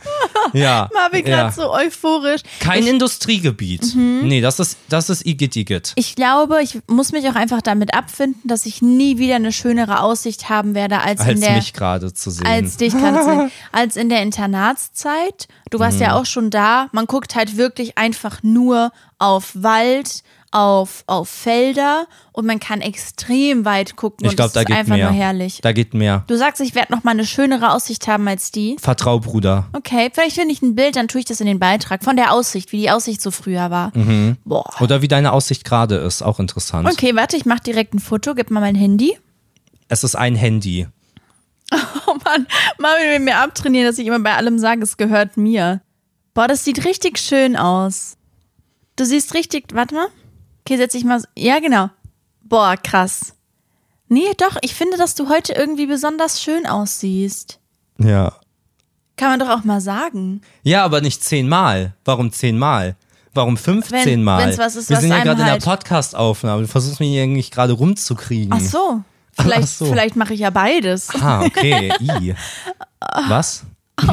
Ja. Marvin ja. gerade so euphorisch. Kein Industriegebiet. Nee, das ist, das ist Igitt Igitt. Ich glaube, ich muss mich auch einfach damit abfinden, dass ich nie wieder eine schönere Aussicht haben werde als, Als in der mich gerade zu sehen. als dich gerade zu sehen. Als in der Internatszeit. Du warst Mhm. ja auch schon da. Man guckt halt wirklich einfach nur auf Wald, auf, auf Felder und man kann extrem weit gucken Ich und glaube, das da ist geht einfach mehr. nur herrlich. Da geht mehr. Du sagst, ich werde noch mal eine schönere Aussicht haben als die. Vertrau, Bruder. Okay, vielleicht finde ich ein Bild, dann tue ich das in den Beitrag von der Aussicht, wie die Aussicht so früher war. Mhm. Boah. Oder wie deine Aussicht gerade ist. Auch interessant. Okay, warte, ich mache direkt ein Foto. Gib mal mein Handy. Es ist ein Handy. Oh Mann, Mami will mir abtrainieren, dass ich immer bei allem sage, es gehört mir. Boah, das sieht richtig schön aus. Du siehst richtig, warte mal. Okay, setz dich mal, so- ja genau. Boah, krass. Nee, doch, ich finde, dass du heute irgendwie besonders schön aussiehst. Ja. Kann man doch auch mal sagen. Ja, aber nicht zehnmal. Warum zehnmal? Warum fünfzehn Wenn- Mal? wenn's was ist, Wir was sind ja einem gerade in halt- der Podcast-Aufnahme. Du versuchst mich eigentlich gerade rumzukriegen. Ach so. Vielleicht, Ach so. vielleicht mache ich ja beides. Ah, okay. I. Was?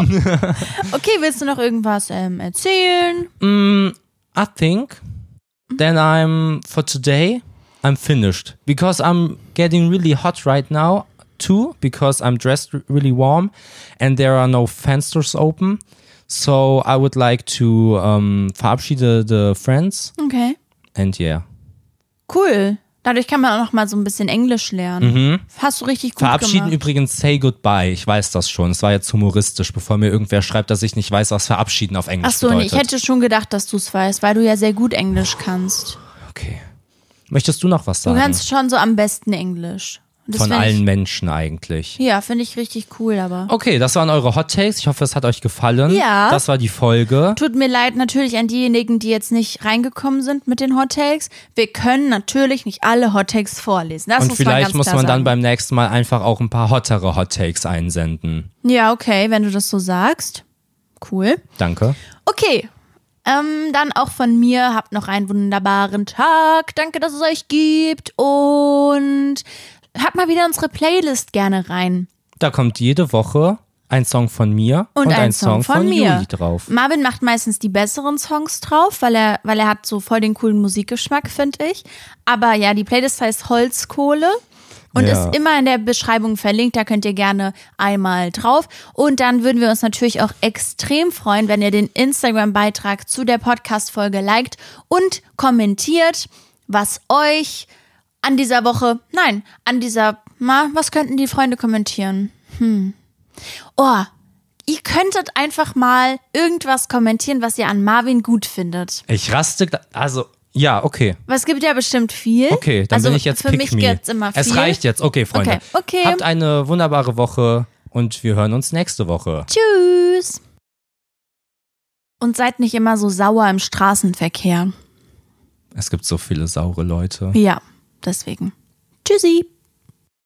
Okay, willst du noch irgendwas ähm, erzählen? Mm, I think then I'm, for today, I'm finished. Because I'm getting really hot right now, too, because I'm dressed r- really warm and there are no fensters open. So I would like to um, verabschiede the friends Okay. and yeah. Cool. Dadurch kann man auch noch mal so ein bisschen Englisch lernen. Hast du richtig gut Verabschieden gemacht. übrigens say goodbye. Ich weiß das schon. Es war jetzt humoristisch, bevor mir irgendwer schreibt, dass ich nicht weiß, was verabschieden auf Englisch Ach so, nee, bedeutet. ich hätte schon gedacht, dass du es weißt, weil du ja sehr gut Englisch kannst. Okay. Möchtest du noch was Du sagen? kannst schon so am besten Englisch. Und das Von find allen ich, Menschen eigentlich. Ja, finde ich richtig cool, aber. Okay, das waren eure Hot Takes. Ich hoffe, es hat euch gefallen. Ja. Das war die Folge. Tut mir leid natürlich an diejenigen, die jetzt nicht reingekommen sind mit den Hot Takes. Wir können natürlich nicht alle Hot Takes vorlesen. Das Und muss vielleicht man ganz muss klar man dann sagen. beim nächsten Mal einfach auch ein paar hottere Hot Takes einsenden. Ja, okay, wenn du das so sagst. Cool. Danke. Okay. Ähm, dann auch von mir, habt noch einen wunderbaren Tag. Danke, dass es euch gibt. Und hört mal wieder unsere Playlist gerne rein. Da kommt jede Woche ein Song von mir und, und ein, ein Song, Song von, von mir. Juli drauf. Marvin macht meistens die besseren Songs drauf, weil er, weil er hat so voll den coolen Musikgeschmack, finde ich. Aber ja, die Playlist heißt Holzkohle und Ja. ist immer in der Beschreibung verlinkt. Da könnt ihr gerne einmal drauf. Und dann würden wir uns natürlich auch extrem freuen, wenn ihr den Instagram-Beitrag zu der Podcast-Folge liked und kommentiert, was euch an dieser Woche, nein, an dieser, na, was könnten die Freunde kommentieren? Hm. Oh, ihr könntet einfach mal irgendwas kommentieren, was ihr an Marvin gut findet. Ich raste, also, ja, okay. Was gibt ja bestimmt viel. Okay, dann also bin ich jetzt für pick mich me. gibt's immer viel. Es reicht jetzt. Okay, Freunde. Okay, okay. Habt eine wunderbare Woche und wir hören uns nächste Woche. Tschüss. Und seid nicht immer so sauer im Straßenverkehr. Es gibt so viele saure Leute. Ja, deswegen. Tschüssi.